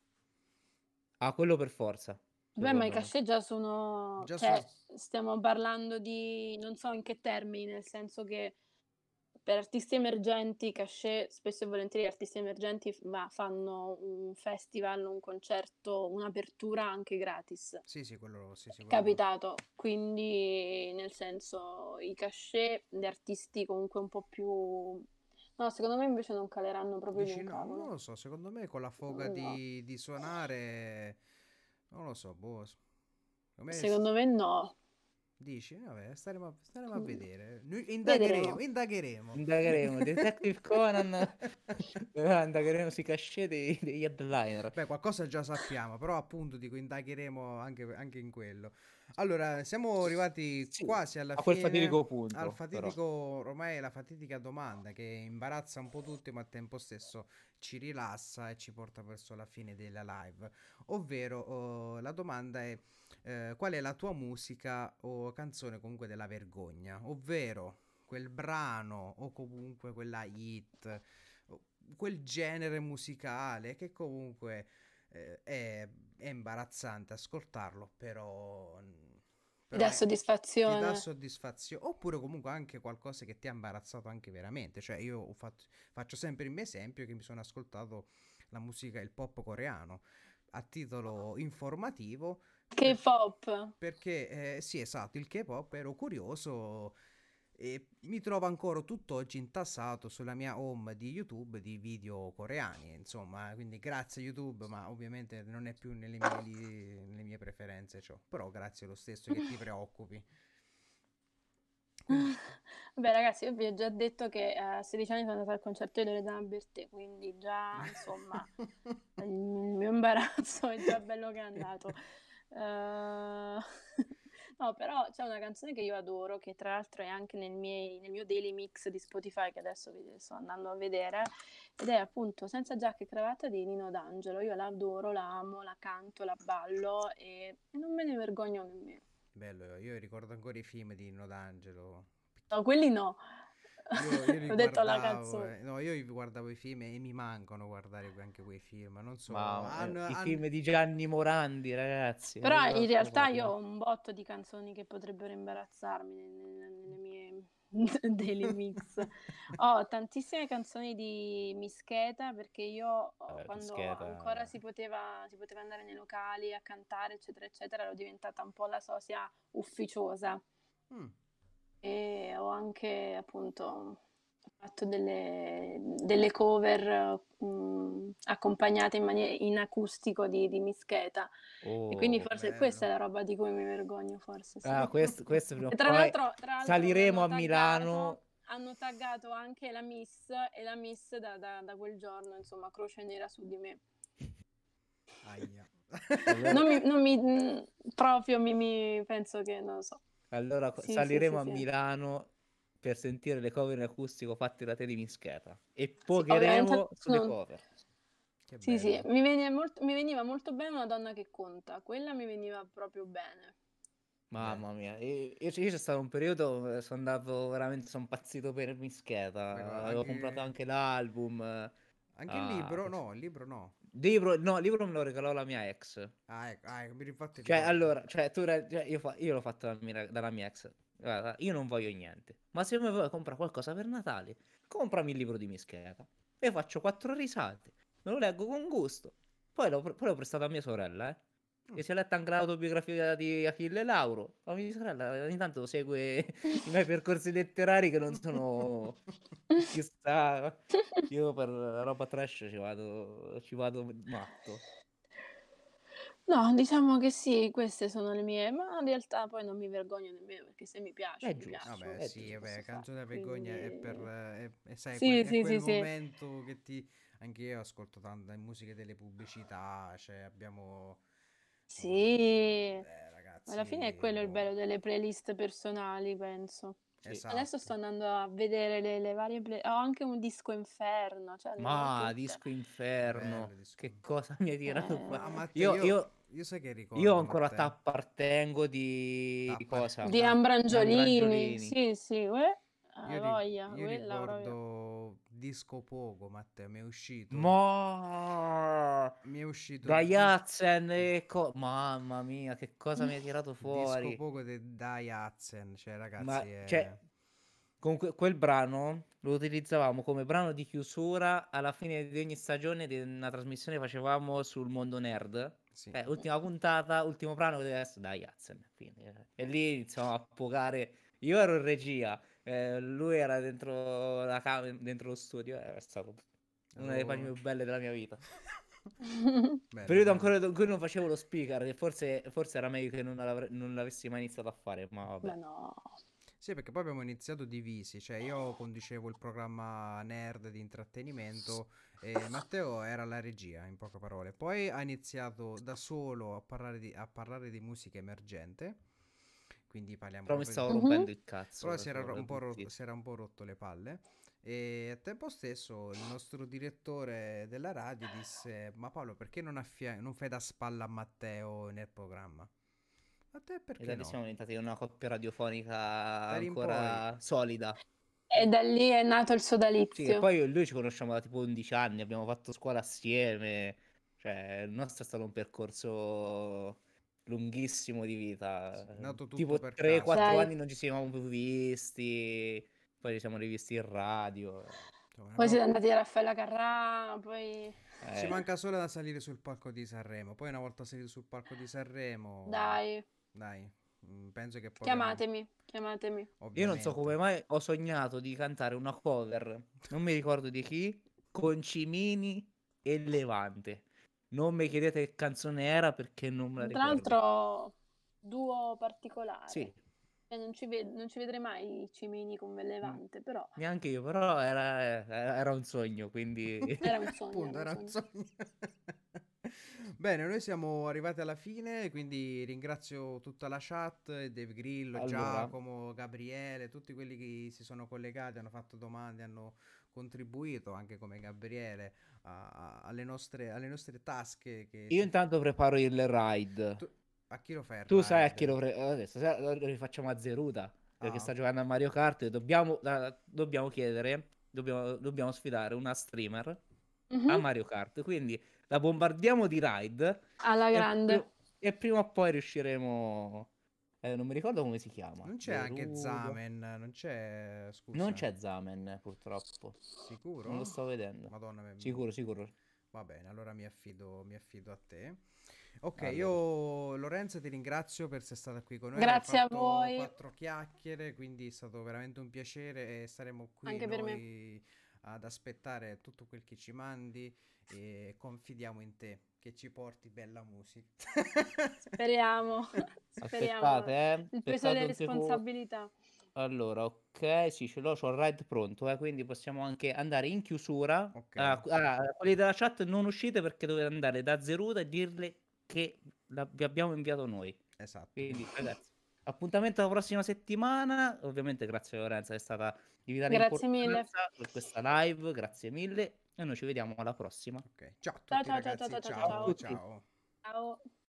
Ah, quello per forza, Beh, ma i secondo me. cachet già sono, Già cioè, so... stiamo parlando di, non so in che termini, nel senso che per artisti emergenti, i cachet, spesso e volentieri gli artisti emergenti f- va- fanno un festival, un concerto, un'apertura anche gratis. Sì, sì, quello, sì, sì, È quello... capitato, quindi nel senso i cachet di artisti comunque un po' più... No, secondo me invece non caleranno proprio di Dici un no, non cavolo. lo so, secondo me con la foga No, di, di suonare, non lo so, boh, secondo me s- secondo me no. dici, vabbè, staremo, a- staremo a Mm, vedere, Noi indagheremo, vedremo. indagheremo. Indagheremo, Detective Conan, eh, indagheremo sui cachet dei- degli headliner. Beh, qualcosa già sappiamo, però appunto dico, indagheremo anche, anche in quello. Allora, siamo arrivati Sì, quasi alla a quel fine, fatidico al punto, però. fatidico, ormai è la fatidica domanda che imbarazza un po' tutti, ma al tempo stesso ci rilassa e ci porta verso la fine della live. Ovvero, oh, la domanda è, eh, qual è la tua musica o canzone comunque della vergogna? Ovvero, quel brano o comunque quella hit o quel genere musicale che comunque eh, è, è imbarazzante ascoltarlo, però, Ti però dà è- ti dà soddisfazione. soddisfazione, oppure comunque anche qualcosa che ti ha imbarazzato anche veramente. Cioè, io ho fatto- faccio sempre il mio esempio che mi sono ascoltato la musica, il pop coreano a titolo informativo per- K-pop. perché, eh, sì, esatto, il K-pop ero curioso e mi trovo ancora tutt'oggi intassato sulla mia home di YouTube di video coreani, insomma, quindi grazie YouTube, ma ovviamente non è più nelle mie, li- nelle mie preferenze, ciò. Però grazie lo stesso che ti preoccupi. Quindi, Vabbè, ragazzi, io vi ho già detto che eh, a sedici anni sono andata al concerto di Loredana Bertè, quindi già, insomma, il, il mio imbarazzo è già bello che è andato. Eh, No, però c'è una canzone che io adoro, che tra l'altro è anche nel, miei- nel mio daily mix di Spotify, che adesso vi sto andando a vedere, ed è appunto Senza giacca e cravatta di Nino D'Angelo. Io la adoro, la amo, la canto, la ballo e, e non me ne vergogno nemmeno. bello, io ricordo ancora i film di Nino D'Angelo. No, quelli no. Io, io li Ho detto la guardavo, canzone. eh, no, io guardavo i film e mi mancano guardare que- anche quei film. Non so, Ma eh, hanno, i hanno- film di Gianni Morandi, ragazzi, ma di Però in cosa sto realtà io ho parlando? un botto di canzoni che potrebbero imbarazzarmi nel- nel- nelle mie daily mix. Ho tantissime canzoni di Mischeta perché io oh, Vabbè, quando ancora Mischeta. si poteva, si poteva andare nei locali a cantare, eccetera, eccetera, ero diventata un po' la sosia ufficiosa. Mm, E ho anche appunto fatto delle, delle cover mh, accompagnate in, manie- in acustico di, di Mischeta e quindi Oh. forse questa è bello. la roba di cui mi vergogno, forse sì. Ah, questo, questo prima o E tra poi l'altro, tra l'altro mi saliremo hanno a taggato, Milano. hanno taggato anche la Miss e la Miss da, da- da quel giorno, insomma, croce nera su di me. Aia. Allora, Non mi, non mi- mm, proprio mi, mi- penso che non lo so. allora co- Sì, sì, saliremo sì, a sì. Milano per sentire le cover in acustico fatte da te di Mischeta e Sì, ovviamente pogheremo sulle non- cover. Che Sì, sì, bello. mi veniva molto, mi veniva molto bene Una donna che conta, quella mi veniva proprio bene. Mamma mia, io, io- io c'è stato un periodo, eh, sono andato veramente, sono impazzito per Beh, Mischeta, avevo comprato anche, anche l'album. eh, anche il ah, libro? che- No, il libro no. libro, no, il libro me lo regalò la mia ex. Ah, ecco, ah, ecco, mi infatti Cioè, ricordo. allora, cioè, tu, re- cioè, io, fa- io l'ho fatto dalla mia, dalla mia ex. Guarda, io non voglio niente, ma se mi vuoi comprare qualcosa per Natale, comprami il libro di Mischeta. Io faccio quattro risate, me lo leggo con gusto. Poi l'ho, pre- poi l'ho prestato a mia sorella, eh. Mm. Che si è letta anche l'autobiografia di Achille Lauro. Ma mia sorella ogni tanto segue i miei percorsi letterari che non sono chissà. Io per roba trash ci vado, ci vado matto. No, diciamo che sì, queste sono le mie, ma in realtà poi non mi vergogno nemmeno perché se mi piace, È mi giusto, piace, Vabbè, è che sì, ci giusto. vabbè, posso fare? Canzone da vergogna è per... Quindi È, è- sai, sì, quel- è sì, quel sì, sì. momento che ti... Anche io ascolto tante musiche delle pubblicità, cioè abbiamo... Sì, mm, eh, alla fine è ragazzi, quello il boh, bello delle playlist personali, penso. Sì. Adesso sto esatto. andando a vedere le, le varie play... Ho anche un disco Inferno, cioè le ho Ma tutte. Disco Bello, Inferno, disco. che cosa mi hai tirato fuori? Ah, Eh, Matteo, Io, io, io, io sai che io ricordo, ancora Matteo? t'appartengo di cosa? di Appartenga... Di Ambrangiolini, Ambrangiolini. sì, sì, uè, Io, hai ri- voglia, io quella proprio. ricordo Disco Poco, Matteo, mi è uscito... Ma Mi è uscito dis- Daiatzen e co- mamma mia, che cosa mi hai tirato Disco fuori? Poco di Dai Hatzen, cioè Ma ragazzi è... cioè, comunque quel brano lo utilizzavamo come brano di chiusura alla fine di ogni stagione di una trasmissione che facevamo sul mondo nerd. Sì, Eh, ultima puntata, ultimo brano che deve essere Dai Hatzen. Quindi, eh, e lì iniziamo a pogare. Io ero in regia, eh, lui era dentro la cam- dentro lo studio. eh, È stato una delle pagine ero... più belle della mia vita. Bello, Periodo bello. ancora in cui non facevo lo speaker, che forse, forse era meglio che non, l'avre- non l'avessi mai iniziato a fare, ma Ma vabbè. no. Sì, perché poi abbiamo iniziato divisi, cioè io conducevo il programma nerd di intrattenimento e Matteo era la regia, in poche parole. Poi ha iniziato da solo a parlare di, a parlare di musica emergente, quindi parliamo Però mi proprio di... stavo Mhm. rompendo il cazzo Però da si era, ro- solo, un po' ro- quindi... si era un po' rotto le palle e al tempo stesso il nostro direttore della radio disse: Ma Paolo, perché non, affia- non fai da spalla a Matteo nel programma? A te E perché da lì no? siamo diventati una coppia radiofonica Da lì in poi... ancora solida. E da lì è nato il Sì, e sodalizio. poi io e lui ci conosciamo da tipo undici anni, abbiamo fatto scuola assieme, cioè il nostro è stato un percorso lunghissimo di Sì, vita. nato tutto Tipo per caso. tre quattro Dai, anni non ci siamo più visti, poi ci siamo rivisti in radio. Insomma, poi siete abbiamo- andati a Raffaella Carrà, poi... Ci Eh, manca solo da salire sul palco di Sanremo. Poi una volta salito sul palco di Sanremo, Dai, dai, mm, penso che poi abbiamo, chiamatemi, chiamatemi. io non so come ovviamente. mai ho sognato di cantare una cover, non mi ricordo di chi, con Cimini e Levante. Non mi chiedete che canzone era perché non me la Tra ricordo. l'altro, duo particolare. Sì, E non ci, ved- non ci vedrei mai i Cimini con mm, Bellevante, però neanche io, però era, era un sogno, quindi... era un sogno, Appunto, era un era un sogno. sogno. Bene, noi siamo arrivati alla fine, quindi ringrazio tutta la chat, Dave Grillo, Allora, Giacomo, Gabriele, tutti quelli che si sono collegati, hanno fatto domande, hanno contribuito, anche come Gabriele, a- a- alle nostre, alle nostre tasche che io ci... intanto preparo il ride. Tu- a chi lo fai il Tu sai a chi lo ride? pre... Adesso sai, lo lo rifacciamo a Zeruta, perché Ah, sta giocando a Mario Kart e dobbiamo, da- dobbiamo chiedere, dobbiamo, dobbiamo sfidare una streamer a Mhm. Mario Kart. Quindi la bombardiamo di ride Alla e, grande. pri- e prima o poi riusciremo... eh, non mi ricordo come si chiama. non c'è anche Zerudo. Zamen, non c'è... Non Scusa, c'è Zamen, purtroppo. Non lo sicuro? sto vedendo. Madonna, me- Sicuro, sicuro. va bene, allora mi affido, mi affido a te. Ok, Allora, io Lorenzo ti ringrazio per essere stata qui con noi, abbiamo Grazie a fatto voi, quattro chiacchiere, quindi è stato veramente un piacere e saremo qui anche per me. noi ad aspettare tutto quel che ci mandi e confidiamo in te che ci porti bella musica. Speriamo, speriamo. aspettate, eh. Il peso Aspettate delle un secondo. responsabilità. Allora, ok, sì, ce l'ho, c'ho il ride pronto, eh, quindi possiamo anche andare in chiusura. Ok, Ah, qu- ah, quelli della chat non uscite perché dovete andare da Zeruda e dirle che la- vi abbiamo inviato noi. esatto. Quindi, ragazzi, appuntamento la prossima settimana. Ovviamente, grazie a Lorenza, che è stata di vitale Grazie mille. importanza per questa live. Grazie mille. E noi ci vediamo alla prossima. Ok, ciao a Ciao tutti ciao ciao ciao ragazzi, ciao ciao Ciao a ciao, ciao. tutti. ciao. Ciao.